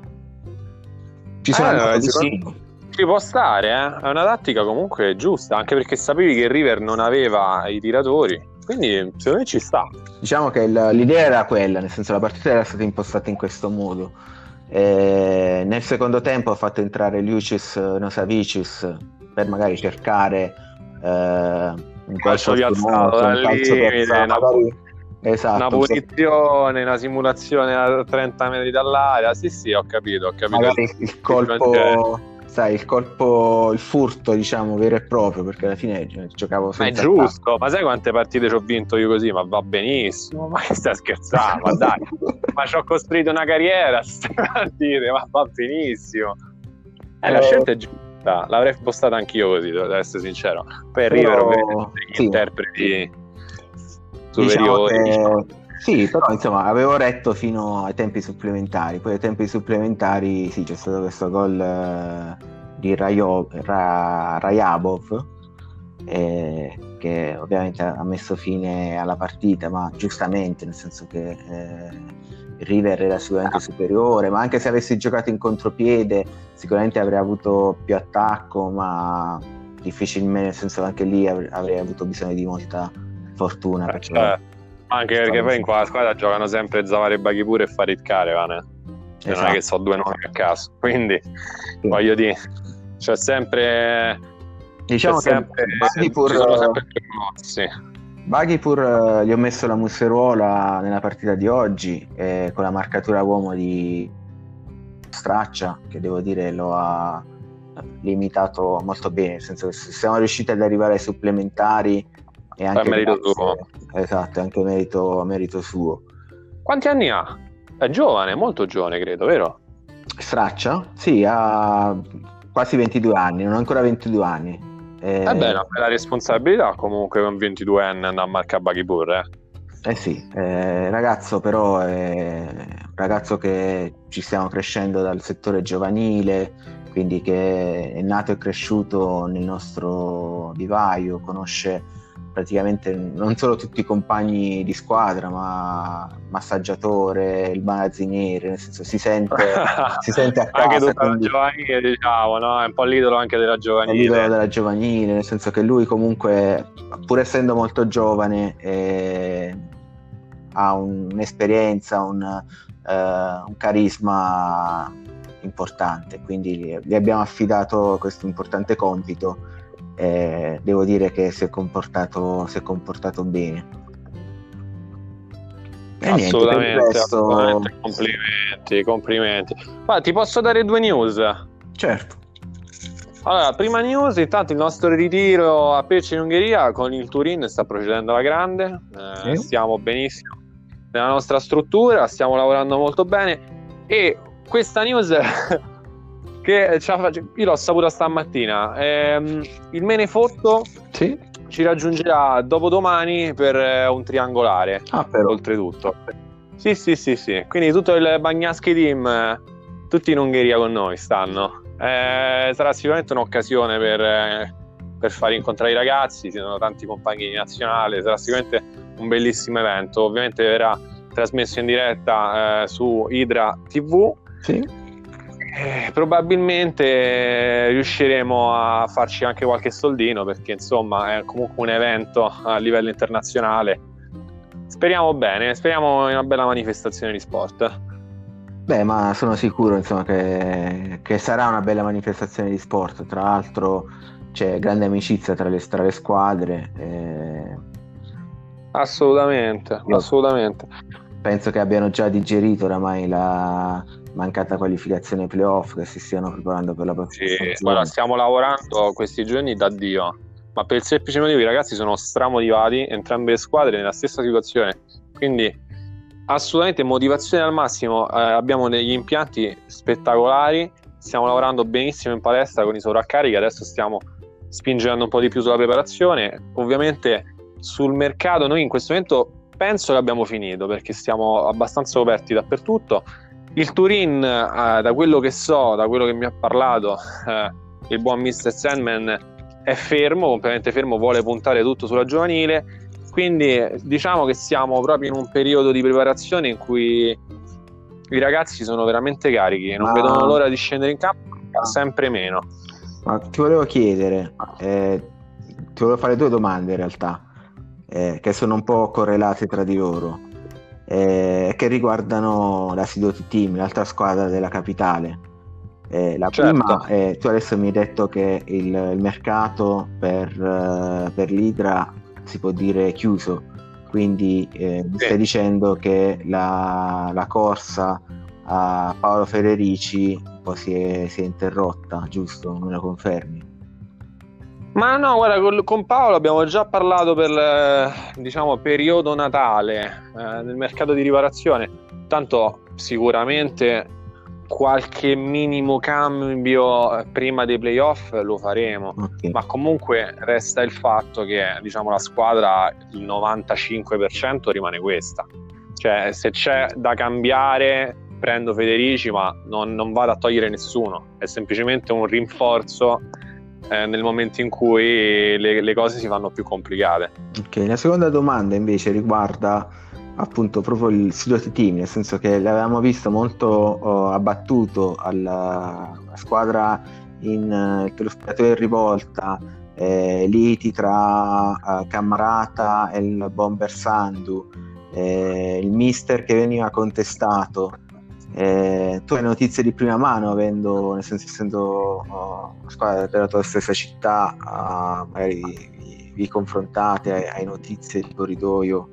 Ci sono eh, andato vicino. Ci può stare, eh? È una tattica comunque giusta, anche perché sapevi che il River non aveva i tiratori, quindi secondo me ci sta. Diciamo che il, l'idea era quella, nel senso la partita era stata impostata in questo modo. Eh, nel secondo tempo ho fatto entrare Lucius Nosavicius per magari cercare eh, un calcio piazzato da lì, una, esatto, una punizione, una simulazione a trenta metri dall'area. Sì, sì, ho capito, ho capito. Magari il colpo, sai, il colpo, il furto, diciamo, vero e proprio, perché alla fine giocavo senza. Ma è giusto, attacco. Ma sai quante partite ci ho vinto io così? Ma va benissimo, ma che stai scherzando? Ma dai, ma ci ho costruito una carriera a queste partite, ma va benissimo. Eh, eh, la scelta è giusta, l'avrei postata anch'io così, devo essere sincero. Per River, ovviamente, gli sì. interpreti superiori. Diciamo che... Sì, però insomma avevo retto fino ai tempi supplementari, poi ai tempi supplementari sì, c'è stato questo gol eh, di Rayo, Ra, Rajabov eh, che ovviamente ha messo fine alla partita, ma giustamente, nel senso che eh, il River era sicuramente superiore, ma anche se avessi giocato in contropiede sicuramente avrei avuto più attacco, ma difficilmente, nel senso che anche lì avrei avuto bisogno di molta fortuna. Perché... Certo. Anche perché poi in quella squadra giocano sempre Zavare Baghipur e Farid Karevan, eh. Cioè, esatto. Non è che so due nomi a caso, quindi sì. Voglio dire, c'è sempre, diciamo c'è che sempre Baghipur, ci sono sempre più mozzi. Baghipur eh, gli ho messo la museruola nella partita di oggi eh, con la marcatura uomo di Straccia, che devo dire lo ha limitato molto bene, nel senso che siamo riusciti ad arrivare ai supplementari e anche merito grazie, suo. esatto, anche merito, merito suo. Quanti anni ha? È giovane, molto giovane credo, vero? Straccia? Sì, ha quasi ventidue anni, non ancora ventidue anni. Eh, Eh beh, una bella responsabilità comunque con ventiduenne andare a marcare Baghipur, eh. Eh sì, eh, ragazzo però è un ragazzo che ci stiamo crescendo dal settore giovanile, quindi che è nato e cresciuto nel nostro vivaio, conosce praticamente non solo tutti i compagni di squadra, ma massaggiatore, il magazziniere, nel senso si sente, si sente a casa. Anche tutta quindi la giovanile, diciamo, no? È un po' l'idolo anche della è giovanile. l'idolo della giovanile, nel senso che lui comunque, pur essendo molto giovane, eh, ha un- un'esperienza, un, eh, un carisma importante, quindi gli- gli abbiamo affidato questo importante compito e devo dire che si è comportato, si è comportato bene. E niente, per il Assolutamente, resto, assolutamente, complimenti, complimenti. Ma ti posso dare due news? certo, Allora, prima news, intanto il nostro ritiro a Pecci in Ungheria con il Turin sta procedendo alla grande, eh, Sì. stiamo benissimo nella nostra struttura, stiamo lavorando molto bene e questa news che ci ha- io l'ho saputa stamattina, ehm, il Menefotto sì. ci raggiungerà dopodomani per eh, un triangolare, Ah, però. oltretutto. Sì, sì, sì, sì. Quindi tutto il Bagnaschi team, eh, tutti in Ungheria con noi stanno. Eh, sarà sicuramente un'occasione per, eh, per far incontrare i ragazzi, ci sono tanti compagni di nazionale, sarà sicuramente un bellissimo evento. Ovviamente verrà trasmesso in diretta eh, su Hydra tivù. Sì. Eh, probabilmente riusciremo a farci anche qualche soldino perché insomma è comunque un evento a livello internazionale. Speriamo bene, speriamo in una bella manifestazione di sport. Beh, ma sono sicuro insomma che, che sarà una bella manifestazione di sport. Tra l'altro c'è grande amicizia tra le, tra le squadre. eh, Assolutamente, Io- assolutamente. Penso che abbiano già digerito oramai la mancata qualificazione ai playoff, che si stiano preparando per la prossima Sì, stagione. guarda, stiamo lavorando questi giorni da Dio, ma per il semplice motivo che i ragazzi sono stramotivati, entrambe le squadre nella stessa situazione, quindi assolutamente motivazione al massimo, eh, abbiamo degli impianti spettacolari, stiamo lavorando benissimo in palestra con i sovraccarichi, adesso stiamo spingendo un po' di più sulla preparazione, ovviamente sul mercato noi in questo momento penso che abbiamo finito perché stiamo abbastanza coperti dappertutto. Il Turin, eh, da quello che so, da quello che mi ha parlato, eh, il buon mister Sandman è fermo, completamente fermo, vuole puntare tutto sulla giovanile, quindi diciamo che siamo proprio in un periodo di preparazione in cui i ragazzi sono veramente carichi, non Ma- vedono l'ora di scendere in campo, sempre meno. Ma ti volevo chiedere, eh, ti volevo fare due domande in realtà, eh, che sono un po' correlate tra di loro, eh, che riguardano la Sidoti Team, l'altra squadra della capitale. Eh, la Certo. prima, eh, tu adesso mi hai detto che il, il mercato per, eh, per l'Hydra si può dire chiuso, quindi eh, mi Sì. stai dicendo che la, la corsa a Paolo Federici poi si è, si è interrotta, giusto? Me lo confermi? Ma no, guarda, col- con Paolo abbiamo già parlato per il, diciamo, periodo Natale, eh, nel mercato di riparazione. Tanto sicuramente qualche minimo cambio eh, prima dei playoff lo faremo. Ok. Ma comunque resta il fatto che, diciamo, la squadra, il novantacinque per cento rimane questa. Cioè, se c'è da cambiare, prendo Federici, ma non, non vado a togliere nessuno. È semplicemente un rinforzo eh, nel momento in cui le, le cose si fanno più complicate. Ok, la seconda domanda invece riguarda appunto proprio il Sidoti Team, nel senso che l'avevamo visto molto oh, abbattuto alla, alla squadra in eh, telespettatore in rivolta, eh, liti tra eh, Cammarata e il Bomber Sandu, eh, il mister che veniva contestato. Eh, tu hai notizie di prima mano, avendo, nel senso, essendo oh, una squadra della tua stessa città, uh, magari vi confrontate, hai, hai notizie di corridoio?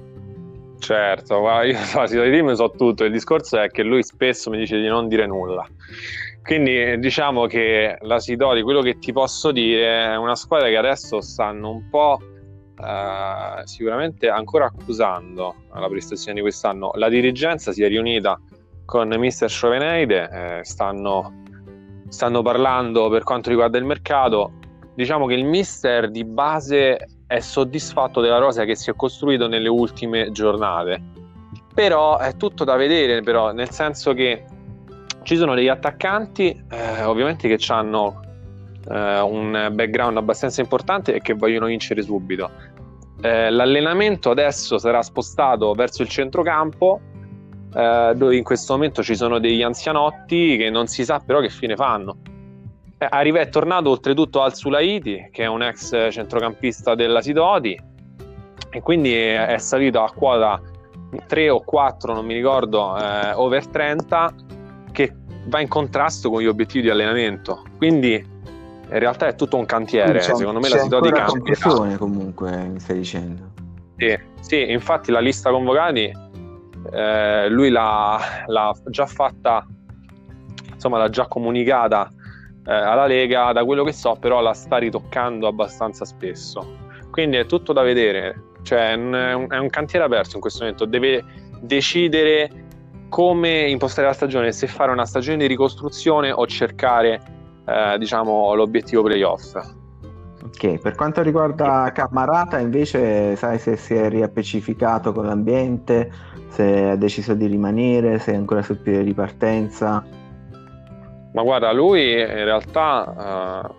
Certo, ma io so, di team so tutto, il discorso è che lui spesso mi dice di non dire nulla, quindi diciamo che la Sidoti, quello che ti posso dire, è una squadra che adesso stanno un po' eh, sicuramente ancora accusando la prestazione di quest'anno. La dirigenza si è riunita con mister Scioveneide, eh, stanno, stanno parlando per quanto riguarda il mercato. Diciamo che il mister di base è soddisfatto della rosa che si è costruito nelle ultime giornate, però è tutto da vedere, però nel senso che ci sono degli attaccanti eh, ovviamente che hanno eh, un background abbastanza importante e che vogliono vincere subito. Eh, l'allenamento adesso sarà spostato verso il centrocampo, eh, dove in questo momento ci sono degli anzianotti che non si sa però che fine fanno. Arriva è tornato oltretutto Al Sulaiti, che è un ex centrocampista della Sidoti, e quindi è salito a quota tre o quattro, non mi ricordo, eh, over trenta, che va in contrasto con gli obiettivi di allenamento. Quindi in realtà è tutto un cantiere. C'è, secondo me c'è la Sidoti ancora cambia. confusione, comunque, mi stai dicendo? Sì, sì, infatti la lista convocati eh, lui l'ha, l'ha già fatta, insomma l'ha già comunicata Eh, alla Lega, da quello che so, però la sta ritoccando abbastanza spesso, quindi è tutto da vedere, cioè è un, è un cantiere aperto in questo momento, deve decidere come impostare la stagione, se fare una stagione di ricostruzione o cercare eh, diciamo l'obiettivo playoff. Ok, per quanto riguarda Cammarata invece, sai se si è riappecificato con l'ambiente, se ha deciso di rimanere, se è ancora sul piede di partenza? Ma guarda, lui in realtà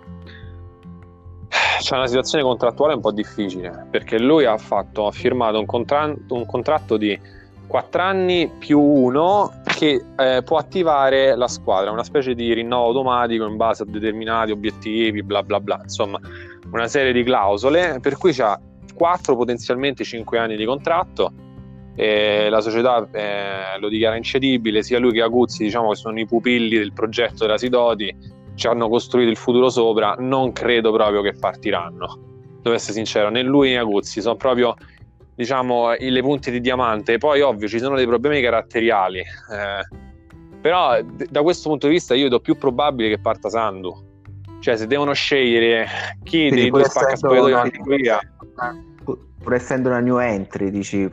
uh, c'è una situazione contrattuale un po' difficile, perché lui ha fatto ha firmato un, contra- un contratto di quattro anni più uno che eh, può attivare la squadra, una specie di rinnovo automatico in base a determinati obiettivi, bla bla bla, insomma una serie di clausole, per cui c'ha quattro potenzialmente cinque anni di contratto. E la società eh, lo dichiara incedibile, sia lui che Aguzzi, diciamo che sono i pupilli del progetto della Sidoti, ci hanno costruito il futuro sopra, non credo proprio che partiranno, devo essere sincero, né lui né Aguzzi, sono proprio diciamo le punte di diamante. Poi ovvio ci sono dei problemi caratteriali, eh, però d- da questo punto di vista io do più probabile che parta Sandu, cioè se devono scegliere chi Quindi dei due spacca spogliatoio di via, pur essendo una new entry, dici.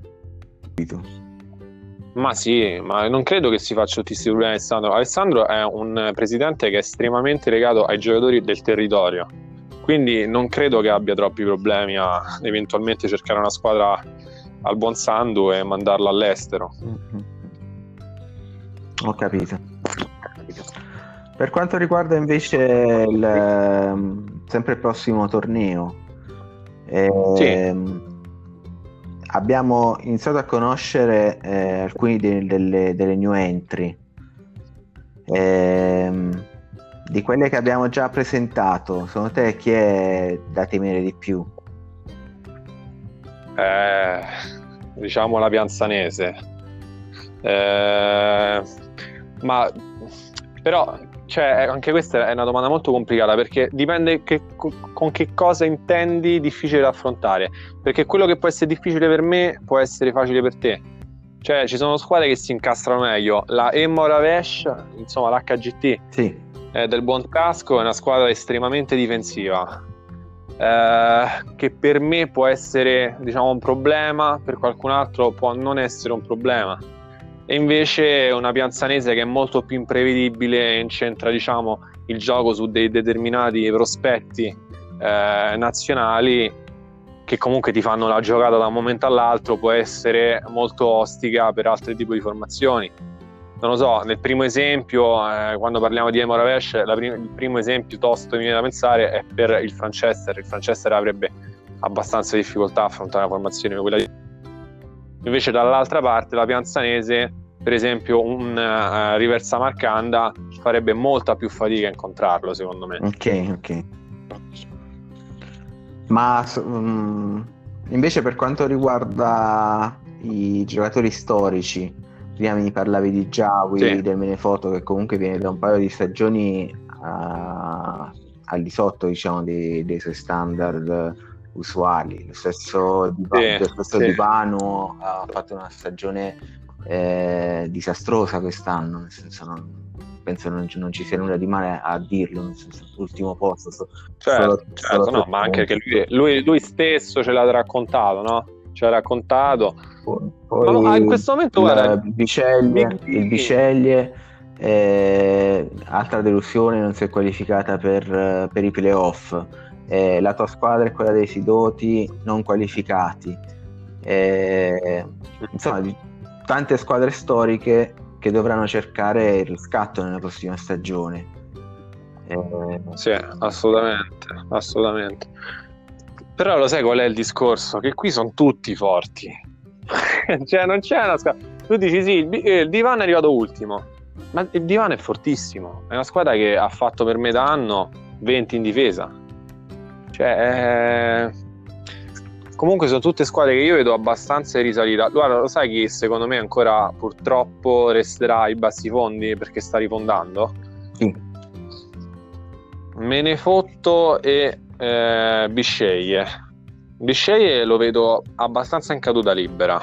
Ma sì, ma non credo che si faccia tutti questi problemi. Alessandro Alessandro è un presidente che è estremamente legato ai giocatori del territorio, quindi non credo che abbia troppi problemi a eventualmente cercare una squadra al buon Sandu e mandarla all'estero. Mm-hmm. Ho capito. Per quanto riguarda invece il, sempre il prossimo torneo, ehm, sì. abbiamo iniziato a conoscere eh, alcuni de- delle, delle new entry. Ehm, di quelle che abbiamo già presentato, secondo te chi è da temere di più? Eh, diciamo la Pianzanese, eh, ma però cioè, anche questa è una domanda molto complicata, perché dipende che, con che cosa intendi difficile da affrontare, perché quello che può essere difficile per me può essere facile per te, cioè ci sono squadre che si incastrano meglio. La Emoravesh, insomma l'H G T sì. eh, del Buon Casco, è una squadra estremamente difensiva, eh, che per me può essere diciamo un problema, per qualcun altro può non essere un problema. E invece una Pianzanese che è molto più imprevedibile, incentra diciamo il gioco su dei determinati prospetti eh, nazionali che comunque ti fanno la giocata da un momento all'altro, può essere molto ostica per altri tipi di formazioni. Non lo so, nel primo esempio, eh, quando parliamo di Emoravesh, la prim- il primo esempio tosto che mi viene da pensare è per il Franchester. Il Franchester avrebbe abbastanza difficoltà a affrontare una formazione come quella di... Invece dall'altra parte la Pianzanese, per esempio un uh, Riversa Marcanda, farebbe molta più fatica a incontrarlo, secondo me. Ok, ok. Ma um, invece per quanto riguarda i giocatori storici, prima mi parlavi di Giawi, sì, del Menefoto, che comunque viene da un paio di stagioni uh, al di sotto diciamo dei, dei suoi standard usuali. Lo stesso Divano, Sì, lo stesso sì. Divano ha fatto una stagione eh, disastrosa quest'anno, nel senso non, penso non, non ci sia nulla di male a dirlo, nel senso, l'ultimo posto so, Certo, solo, certo, solo no, ma anche che lui, lui, lui stesso ce l'ha raccontato, no? Ce l'ha raccontato. poi, Ma mo- in poi questo momento, guarda, il Biceglie, Big il B, Biceglie eh, altra delusione, non si è qualificata per, per i playoff. Eh, la tua squadra è quella dei Sidoti non qualificati. Eh, insomma, di- tante squadre storiche che dovranno cercare il riscatto nella prossima stagione. Eh, sì, assolutamente, assolutamente. Però lo sai qual è il discorso? Che qui sono tutti forti. Cioè, non c'è una squadra. Tu dici sì, il, Bi- eh, il Divano è arrivato ultimo, ma il Divano è fortissimo. È una squadra che ha fatto per metà anno venti in difesa. Cioè, eh, comunque sono tutte squadre che io vedo abbastanza in risalita. Guarda, lo sai chi secondo me ancora purtroppo resterà ai bassi fondi perché sta rifondando? sì. Menefotto e eh, Bisceglie. Bisceglie lo vedo abbastanza in caduta libera.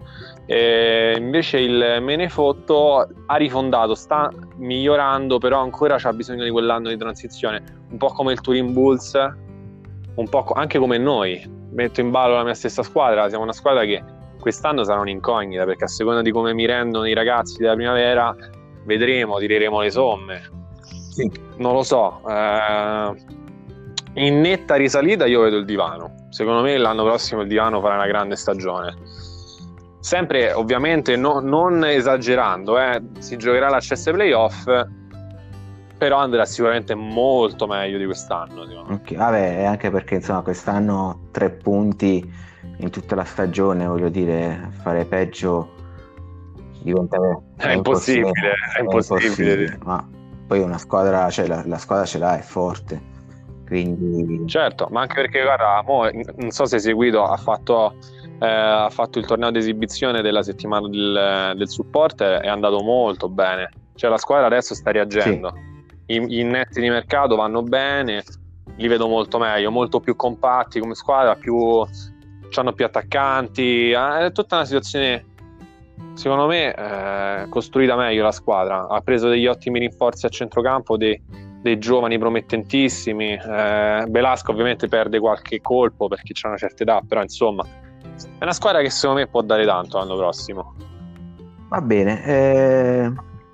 E invece il Menefotto ha rifondato, sta migliorando, però ancora c'ha bisogno di quell'anno di transizione, un po' come il Turin Bulls, un po' co- anche come noi. Metto in ballo la mia stessa squadra, siamo una squadra che quest'anno sarà un'incognita, perché a seconda di come mi rendono i ragazzi della primavera vedremo, tireremo le somme. Sì. Non lo so, eh, in netta risalita io vedo il Divano. Secondo me l'anno prossimo il Divano farà una grande stagione. Sempre ovviamente no, non esagerando, eh, si giocherà l'accesso ai playoff, però andrà sicuramente molto meglio di quest'anno. Okay. Vabbè, anche perché insomma quest'anno tre punti in tutta la stagione, voglio dire, fare peggio diventa È impossibile, è impossibile. impossibile, ma poi una squadra, cioè la, la squadra ce l'ha, è forte, quindi certo, ma anche perché guarda, mo, non so se hai seguito, ha fatto, eh, ha fatto il torneo d'esibizione della settimana del, del supporter, è andato molto bene, cioè la squadra adesso sta reagendo, sì. I, i netti di mercato vanno bene, li vedo molto meglio, molto più compatti come squadra, più hanno più attaccanti, è tutta una situazione secondo me eh, costruita meglio la squadra, ha preso degli ottimi rinforzi a centrocampo, dei, dei giovani promettentissimi, eh, Velasco ovviamente perde qualche colpo perché c'ha una certa età, però insomma è una squadra che secondo me può dare tanto l'anno prossimo. Va bene, eh,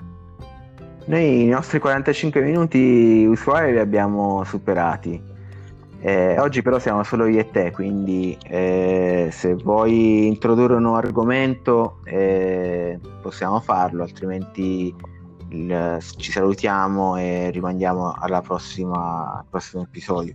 noi i nostri quarantacinque minuti usuali li abbiamo superati. Eh, oggi però siamo solo io e te, quindi eh, se vuoi introdurre un nuovo argomento eh, possiamo farlo, altrimenti il, ci salutiamo e rimandiamo alla prossima, al prossimo episodio.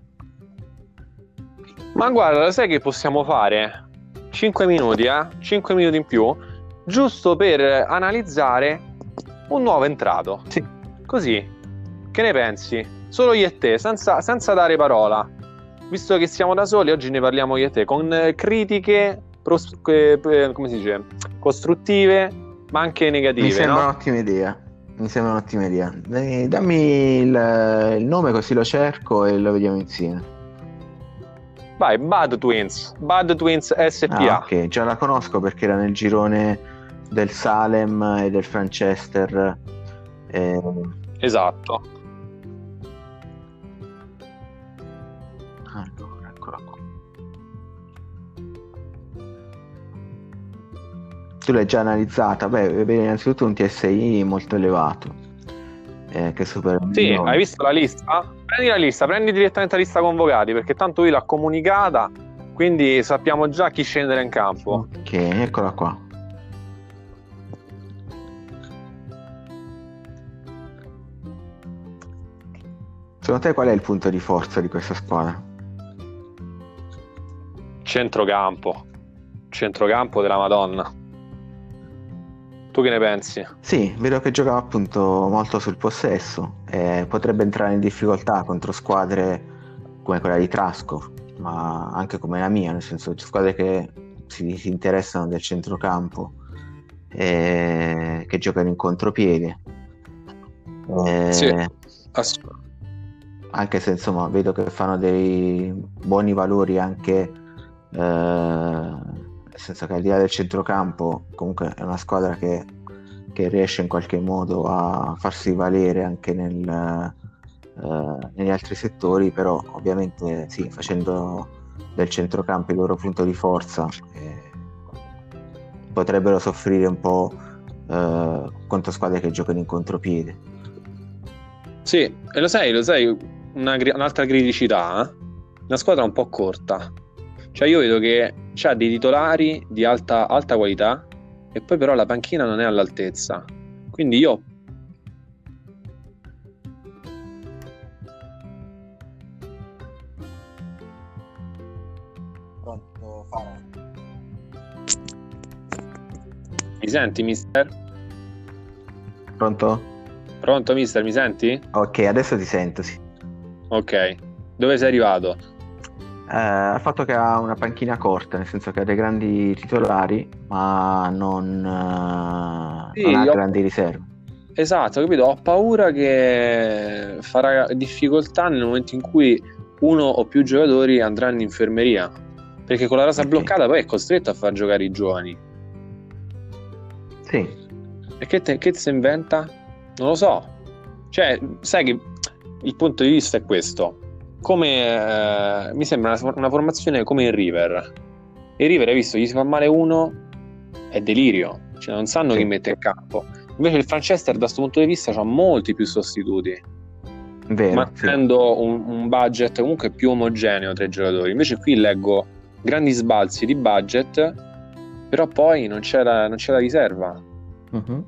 Ma guarda, lo sai che possiamo fare? cinque minuti, eh? cinque minuti in più, giusto per analizzare un nuovo entrato. Sì. Così, che ne pensi? Solo io e te, senza, senza dare parola. Visto che siamo da soli, oggi ne parliamo io e te, con critiche pros- eh, come si dice? Costruttive, ma anche negative. Mi sembra no? un'ottima idea. Mi sembra un'ottima idea. Eh, dammi il, il nome così lo cerco e lo vediamo insieme. Vai, Bad Twins, Bad Twins S P A. Ah, ok, già la conosco perché era nel girone del Salem e del Franchester. Eh... Esatto. Allora, eccola qua. Tu l'hai già analizzata? Beh, vedi innanzitutto un T S I molto elevato. Eh, che supera il Sì, milione. hai visto la lista? Prendi la lista, prendi direttamente la lista convocati, perché tanto lui l'ha comunicata, quindi sappiamo già chi scendere in campo. Ok, eccola qua. Secondo te qual è il punto di forza di questa squadra? Centrocampo. Centrocampo della Madonna. Tu che ne pensi? Sì, vedo che gioca appunto molto sul possesso. Eh, potrebbe entrare in difficoltà contro squadre come quella di Trasco, ma anche come la mia, nel senso squadre che si, si interessano del centrocampo, eh, che giocano in contropiede. Eh, Sì, ass- anche se insomma vedo che fanno dei buoni valori anche, eh, nel senso che al di là del centrocampo comunque è una squadra che, che riesce in qualche modo a farsi valere anche nel, eh, negli altri settori, però ovviamente sì, facendo del centrocampo il loro punto di forza eh, potrebbero soffrire un po' eh, contro squadre che giocano in contropiede. Sì, e lo sai, lo sai una, un'altra criticità, eh? Una squadra un po' corta, cioè io vedo che c'ha dei titolari di alta, alta qualità e poi però la panchina non è all'altezza, quindi io Pronto, Fara? Mi senti, mister? Pronto? Pronto, mister, mi senti? Ok, adesso ti sento, sì. Ok, dove sei arrivato? Eh, al fatto che ha una panchina corta, nel senso che ha dei grandi titolari, ma non, eh, Sì, non ha ho- grandi riserve. Esatto, capito? Ho paura che farà difficoltà nel momento in cui uno o più giocatori andranno in infermeria, perché con la rosa Ok. bloccata poi è costretto a far giocare i giovani. Sì, E che, te, che si inventa? Non lo so. Cioè, sai che il punto di vista è questo. Come eh, mi sembra una, una formazione come il River. Il River, hai visto, gli si fa male uno, è delirio. Cioè, non sanno Sì. chi mette in campo. Invece il Manchester, da questo punto di vista, ha molti più sostituti, vero, sì. mantenendo un, un budget comunque più omogeneo tra i giocatori. Invece qui leggo grandi sbalzi di budget, però poi non c'è la, non c'è la riserva. Mhm.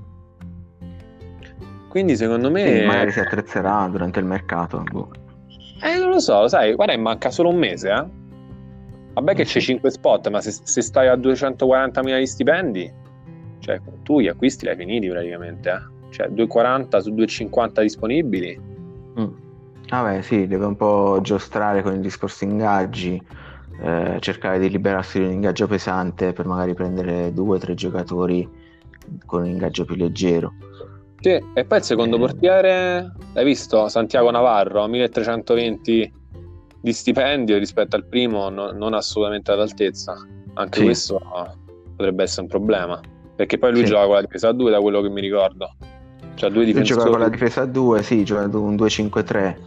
Quindi secondo me Sì, magari si attrezzerà durante il mercato. boh. eh, non lo so, lo sai, guarda, manca solo un mese, eh. Vabbè che c'è Sì. cinque spot, ma se, se stai a duecentoquarantamila di stipendi, cioè tu gli acquisti li hai finiti praticamente, eh. Cioè duecentoquaranta su duecentocinquanta disponibili. Mm. Vabbè, sì, deve un po' giostrare con il discorso ingaggi, eh, cercare di liberarsi di un ingaggio pesante per magari prendere due o tre giocatori con un ingaggio più leggero. Sì, e poi il secondo Eh. portiere, l'hai visto? Santiago Navarro, milletrecentoventi di stipendio rispetto al primo, no- non assolutamente all'altezza. Anche Sì. questo potrebbe essere un problema, perché poi lui Sì. gioca con la difesa a due, da quello che mi ricordo. Cioè due Lui gioca difensori. con la difesa a due, sì, gioca un due cinque tre,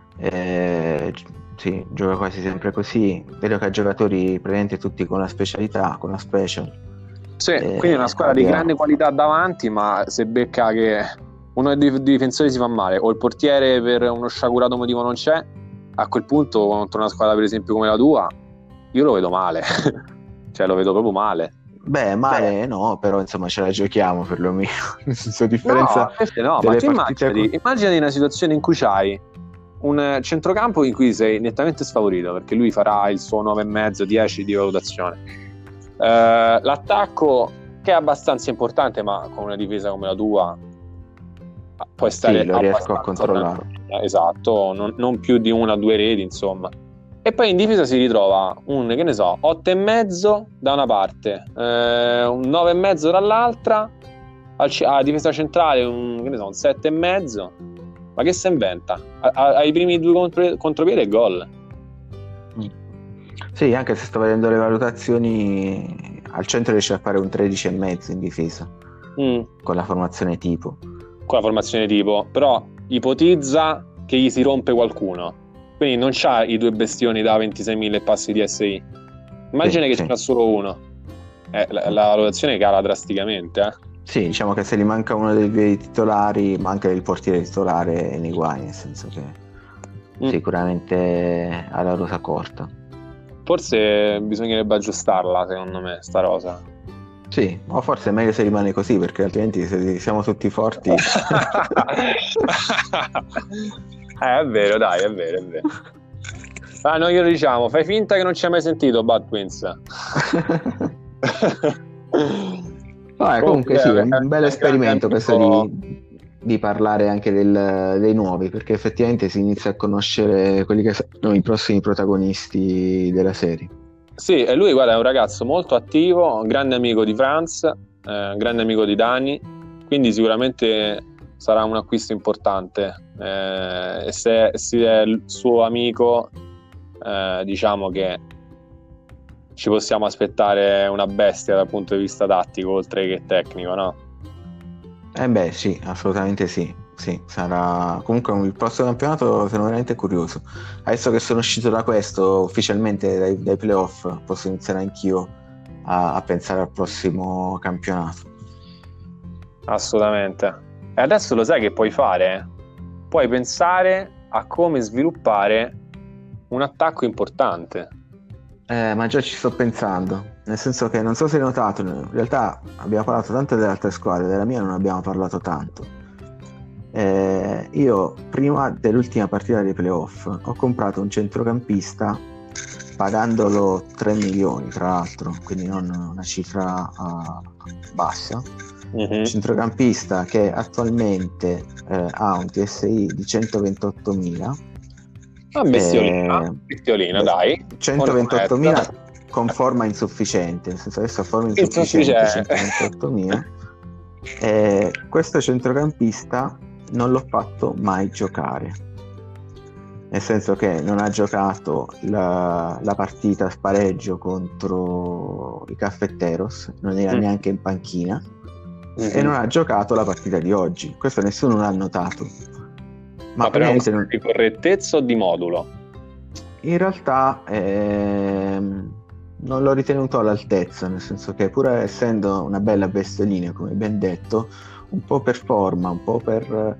eh, gi- sì, gioca quasi sempre così. Vedo che ha giocatori praticamente tutti con la specialità, con la special. Sì, Eh, quindi è una squadra di abbiamo- grande qualità davanti, ma se becca che uno dei dei difensori si fa male o il portiere per uno sciagurato motivo non c'è, a quel punto contro una squadra per esempio come la tua, io lo vedo male. Cioè lo vedo proprio male. Beh, male no, però insomma ce la giochiamo perlomeno. Nel senso, a differenza No, invece no, ma delle tu partite immaginati, co- immaginati una situazione in cui c'hai un eh, centrocampo in cui sei nettamente sfavorito, perché lui farà il suo nove e mezzo dieci di valutazione. Eh, l'attacco che è abbastanza importante, ma con una difesa come la tua puoi stare Sì, lo riesco a abbastanza controllare. tranquilla. Esatto, non, non più di una o due reti, insomma. E poi in difesa si ritrova un, che ne so, otto e mezzo da una parte, eh, un nove e mezzo dall'altra, al c- alla difesa centrale un, che ne so, un sette e mezzo. Ma che si inventa? A- a- ai primi due contro- contropiede e gol. Mm. Sì, anche se sto vedendo le valutazioni, al centro riesce a fare un tredici e mezzo in difesa Mm, con la formazione tipo. con la formazione tipo, però ipotizza che gli si rompe qualcuno. Quindi non c'ha i due bestioni da ventiseimila e passi di S I. Immagina Sì, che sì. ce n'ha solo uno. Eh, la, la valutazione cala drasticamente, eh. Sì, diciamo che se gli manca uno dei due titolari, manca il portiere titolare nei guai, nel senso che Mm. sicuramente ha la rosa corta. Forse bisognerebbe aggiustarla, secondo me, sta rosa. Sì, o forse è meglio se rimane così, perché altrimenti se siamo tutti forti. eh, è vero, dai, è vero, è vero. Ah, noi glielo diciamo, fai finta che non ci hai mai sentito Bad Twins. Vabbè, comunque sì, è un è- bel è esperimento grande questo amico. di, di parlare anche del- dei nuovi, perché effettivamente si inizia a conoscere quelli che sono i prossimi protagonisti della serie. Sì, e lui, guarda, è un ragazzo molto attivo, un grande amico di Franz, eh, un grande amico di Dani, quindi sicuramente sarà un acquisto importante, eh, e se, se è il suo amico, eh, diciamo che ci possiamo aspettare una bestia dal punto di vista tattico oltre che tecnico, no? Eh beh, sì, assolutamente sì. Sì, sarà comunque il prossimo campionato, sono veramente curioso. Adesso che sono uscito da questo ufficialmente dai, dai playoff, posso iniziare anch'io a, a pensare al prossimo campionato. Assolutamente. E adesso lo sai che puoi fare? Puoi pensare a come sviluppare un attacco importante. Eh, ma già ci sto pensando, nel senso che non so se hai notato, in realtà abbiamo parlato tanto delle altre squadre, della mia non abbiamo parlato tanto. Eh, io prima dell'ultima partita dei playoff ho comprato un centrocampista pagandolo tre milioni, tra l'altro, quindi non una cifra uh, bassa. Mm-hmm. Un centrocampista che attualmente eh, ha un T S I di centoventottomila. Ah, bestiolina, eh, bestiolina, dai. centoventottomila con forma insufficiente, nel senso adesso forma insufficiente, centoventottomila. Eh, questo centrocampista non l'ho fatto mai giocare, nel senso che non ha giocato la, la partita spareggio contro i Cafetteros, non era mm. neanche in panchina, mm-hmm. e non ha giocato la partita di oggi. Questo nessuno l'ha notato. Ma, Ma per un non... di correttezza o di modulo? In realtà ehm, non l'ho ritenuto all'altezza, nel senso che pur essendo una bella bestiolina, come ben detto, un po' per forma, un po' per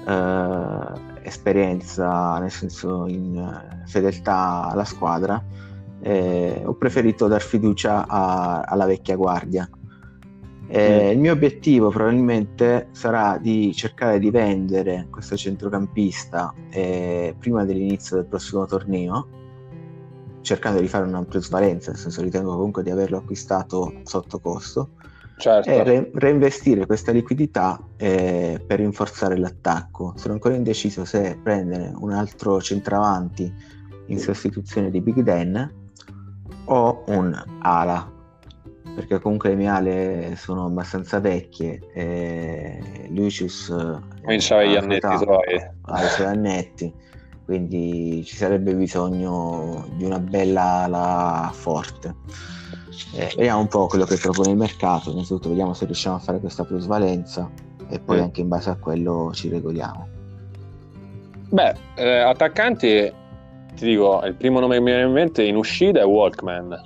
eh, esperienza, nel senso in eh, fedeltà alla squadra, eh, ho preferito dar fiducia a, alla vecchia guardia. Eh, mm. Il mio obiettivo probabilmente sarà di cercare di vendere questo centrocampista eh, prima dell'inizio del prossimo torneo, cercando di fare una plusvalenza, nel senso ritengo comunque di averlo acquistato sotto costo. Certo. E re- reinvestire questa liquidità eh, per rinforzare l'attacco. Sono ancora indeciso se prendere un altro centravanti in sostituzione di Big Dan o un ala, perché comunque le mie ale sono abbastanza vecchie e Lucius cominciava gli annetti suoi ha i suoi annetti, quindi ci sarebbe bisogno di una bella ala forte. Eh, vediamo un po' quello che propone il mercato, innanzitutto vediamo se riusciamo a fare questa plusvalenza e poi mm. anche in base a quello ci regoliamo. Beh, eh, attaccanti, ti dico, il primo nome che mi viene in mente in uscita è Walkman.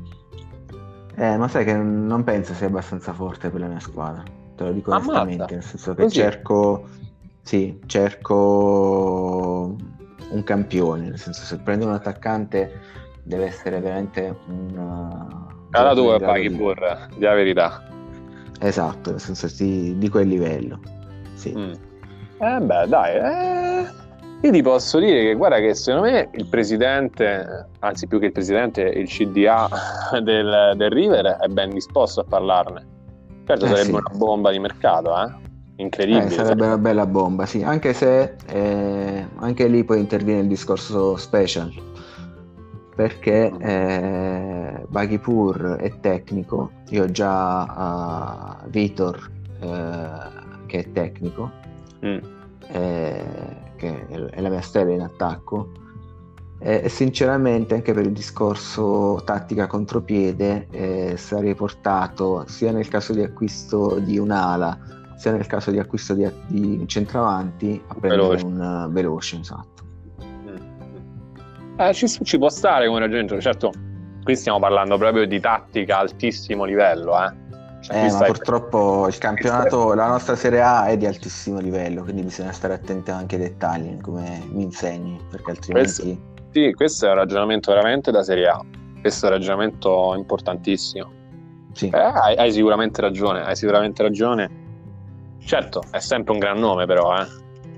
Eh, ma sai che non penso sia abbastanza forte per la mia squadra, te lo dico Ammazza. onestamente, nel senso che Così. cerco sì, cerco un campione, nel senso se prendo un attaccante deve essere veramente un alla tua paghi pure, di la verità. Esatto, nel senso di, di quel livello. Sì. Mm. Eh beh, dai, eh... io ti posso dire che guarda che secondo me il presidente, anzi più che il presidente, il C D A del, del River è ben disposto a parlarne. Certo, eh, sarebbe sì. una bomba di mercato, eh? Incredibile. Eh, sarebbe una bella bomba, sì, anche se eh, anche lì poi interviene il discorso special, perché eh, Baghipur è tecnico, io ho già uh, Vitor eh, che è tecnico, mm. eh, che è la mia stella in attacco, e, e sinceramente anche per il discorso tattica contropiede eh, sarei portato sia nel caso di acquisto di un'ala sia nel caso di acquisto di, di un centravanti a prendere veloce. un uh, veloce, esatto. Eh, ci, ci può stare come ragionamento, certo qui stiamo parlando proprio di tattica altissimo livello, eh, cioè, eh ma stai... purtroppo il campionato, la nostra Serie A è di altissimo livello, quindi bisogna stare attenti anche ai dettagli, come mi insegni, perché altrimenti questo, sì, questo è un ragionamento veramente da Serie A, questo è un ragionamento importantissimo. Sì. Eh, hai, hai sicuramente ragione, hai sicuramente ragione. Certo, è sempre un gran nome però, eh.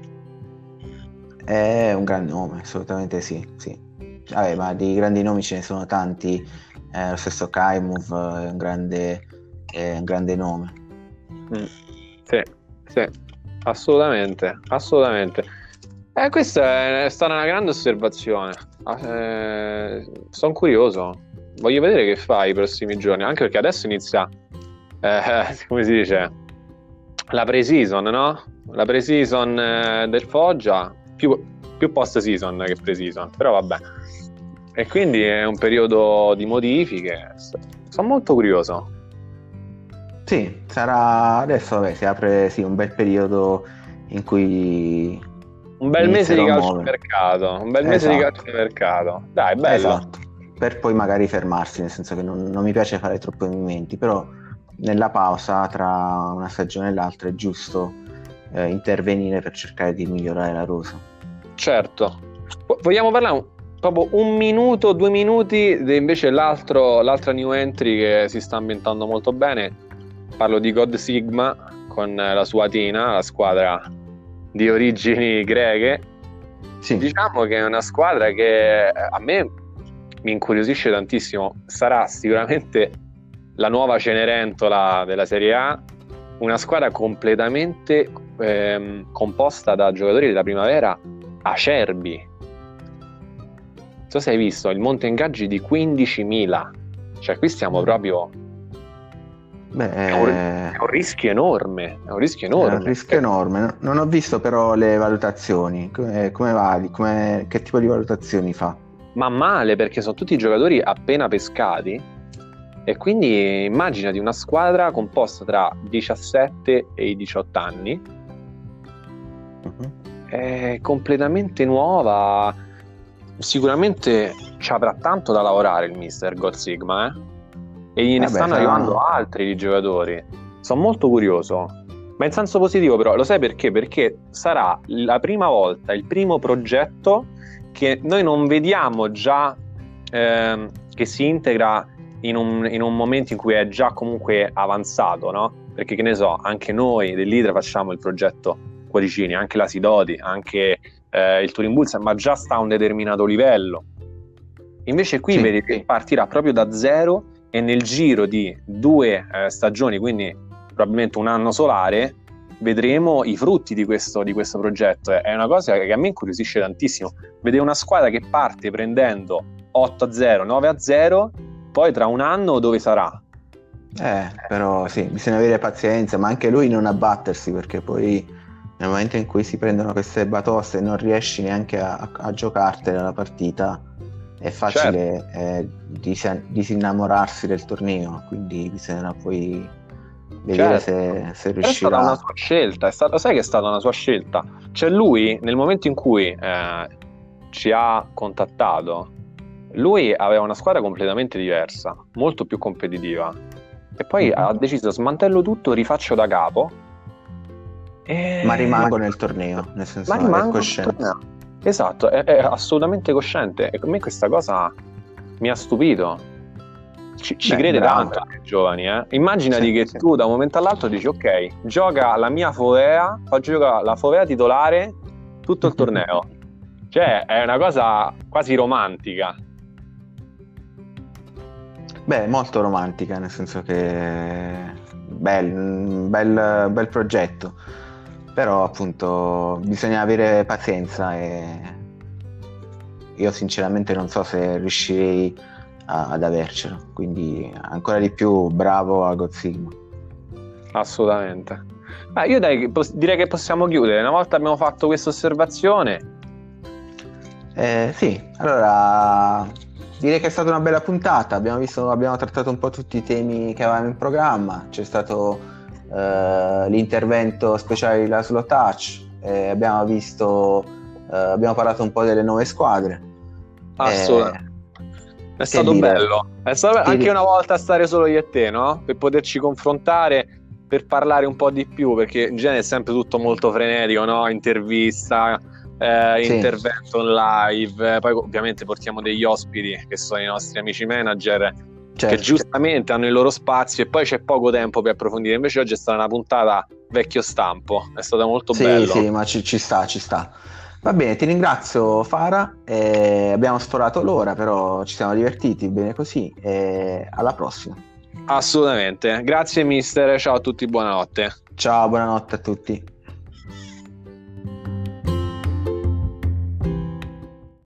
È un gran nome, assolutamente sì, sì. Vabbè, ma di grandi nomi ce ne sono tanti, eh, lo stesso Kaimov è un grande, è un grande nome. Mm. Sì, sì, assolutamente, assolutamente. Eh, questa è stata una grande osservazione. Eh, sono curioso, voglio vedere che fa i prossimi giorni, anche perché adesso inizia, eh, come si dice, la pre-season, no? La pre-season eh, del Foggia, più, più post-season che pre-season, però vabbè. E quindi è un periodo di modifiche. Sono molto curioso. Sì, sarà adesso, vabbè, si apre sì, un bel periodo in cui un bel mese di inizierò a calciomercato, un bel mese Esatto. di calciomercato. Dai, bello. Esatto, per poi magari fermarsi, nel senso che non, non mi piace fare troppi movimenti, però nella pausa tra una stagione e l'altra è giusto eh, intervenire per cercare di migliorare la rosa. Certo. Vogliamo parlare un, proprio un minuto, due minuti di invece l'altro, l'altra new entry che si sta ambientando molto bene. Parlo di God Sigma con la sua Athena, la squadra di origini greche. Sì. Diciamo che è una squadra che a me mi incuriosisce tantissimo. Sarà sicuramente la nuova Cenerentola della Serie A, una squadra completamente ehm, composta da giocatori della primavera acerbi. Non so se hai visto il monte ingaggi di quindicimila, cioè qui stiamo proprio Beh, è, un, è un rischio enorme, è un rischio enorme. È un rischio enorme. Non ho visto però le valutazioni. Come, come va? Come, che tipo di valutazioni fa? Ma male, perché sono tutti giocatori appena pescati. E quindi immaginati una squadra composta tra diciassette e i diciotto anni, uh-huh. È completamente nuova. Sicuramente ci avrà tanto da lavorare il mister God Sigma, eh? E gliene Vabbè, stanno sarà... arrivando altri di giocatori. Sono molto curioso, ma in senso positivo. Però lo sai perché? Perché sarà la prima volta, il primo progetto che noi non vediamo già eh, che si integra in un, in un momento in cui è già comunque avanzato, no? Perché che ne so, anche noi dell'Idra facciamo il progetto Cuoricini, anche la Sidoti, anche eh, il Turin Bulls, ma già sta a un determinato livello. Invece qui sì, vedete sì. partirà proprio da zero e nel giro di due eh, stagioni, quindi probabilmente un anno solare, vedremo i frutti di questo, di questo progetto. È una cosa che a me incuriosisce tantissimo, vedere una squadra che parte prendendo otto a zero, nove a zero, poi tra un anno dove sarà? Eh, però sì, bisogna avere pazienza, ma anche lui non abbattersi, perché poi nel momento in cui si prendono queste batoste e non riesci neanche a, a giocartela la partita, è facile certo. eh, dis- disinnamorarsi del torneo, quindi bisogna poi vedere certo. se, se riuscirà. È stata una sua scelta, è stata, sai che è stata una sua scelta? Cioè lui, nel momento in cui eh, ci ha contattato, lui aveva una squadra completamente diversa, molto più competitiva, e poi mm-hmm. ha deciso smantello tutto, rifaccio da capo, e... ma rimango nel torneo, nel senso ma rimango è cosciente. Esatto, è, è assolutamente cosciente, e a me questa cosa mi ha stupito. Ci, ci Beh, crede bravo. tanto ai giovani, eh? Immaginati sì, che sì. tu da un momento all'altro dici ok, gioca la mia Fovea, faccio giocare la Fovea titolare tutto il torneo. Cioè è una cosa quasi romantica. Beh, molto romantica, nel senso che bel, bel, bel progetto, però appunto bisogna avere pazienza e io sinceramente non so se riuscirei a, ad avercelo, quindi ancora di più bravo a God Sigma. Assolutamente. Ah, io dai, direi che possiamo chiudere, una volta abbiamo fatto questa osservazione. Eh, sì, allora direi che è stata una bella puntata, abbiamo visto, abbiamo trattato un po' tutti i temi che avevamo in programma, c'è stato eh, l'intervento speciale di Laszlo Touch, eh, abbiamo visto, eh, abbiamo parlato un po' delle nuove squadre. Assolutamente. Eh, è stato dire? bello, è stato anche dire? una volta stare solo io e te, no? Per poterci confrontare, per parlare un po' di più, perché in genere è sempre tutto molto frenetico, no? Intervista, Eh, sì. intervento in live, poi ovviamente portiamo degli ospiti che sono i nostri amici manager, certo. che giustamente hanno il loro spazio e poi c'è poco tempo per approfondire. Invece oggi è stata una puntata vecchio stampo, è stata molto sì, bello. Sì, ma ci, ci sta, ci sta. Va bene, ti ringrazio Fara, eh, abbiamo sforato l'ora, però ci siamo divertiti, bene così, e alla prossima. Assolutamente, grazie mister, ciao a tutti, buonanotte. Ciao, buonanotte a tutti.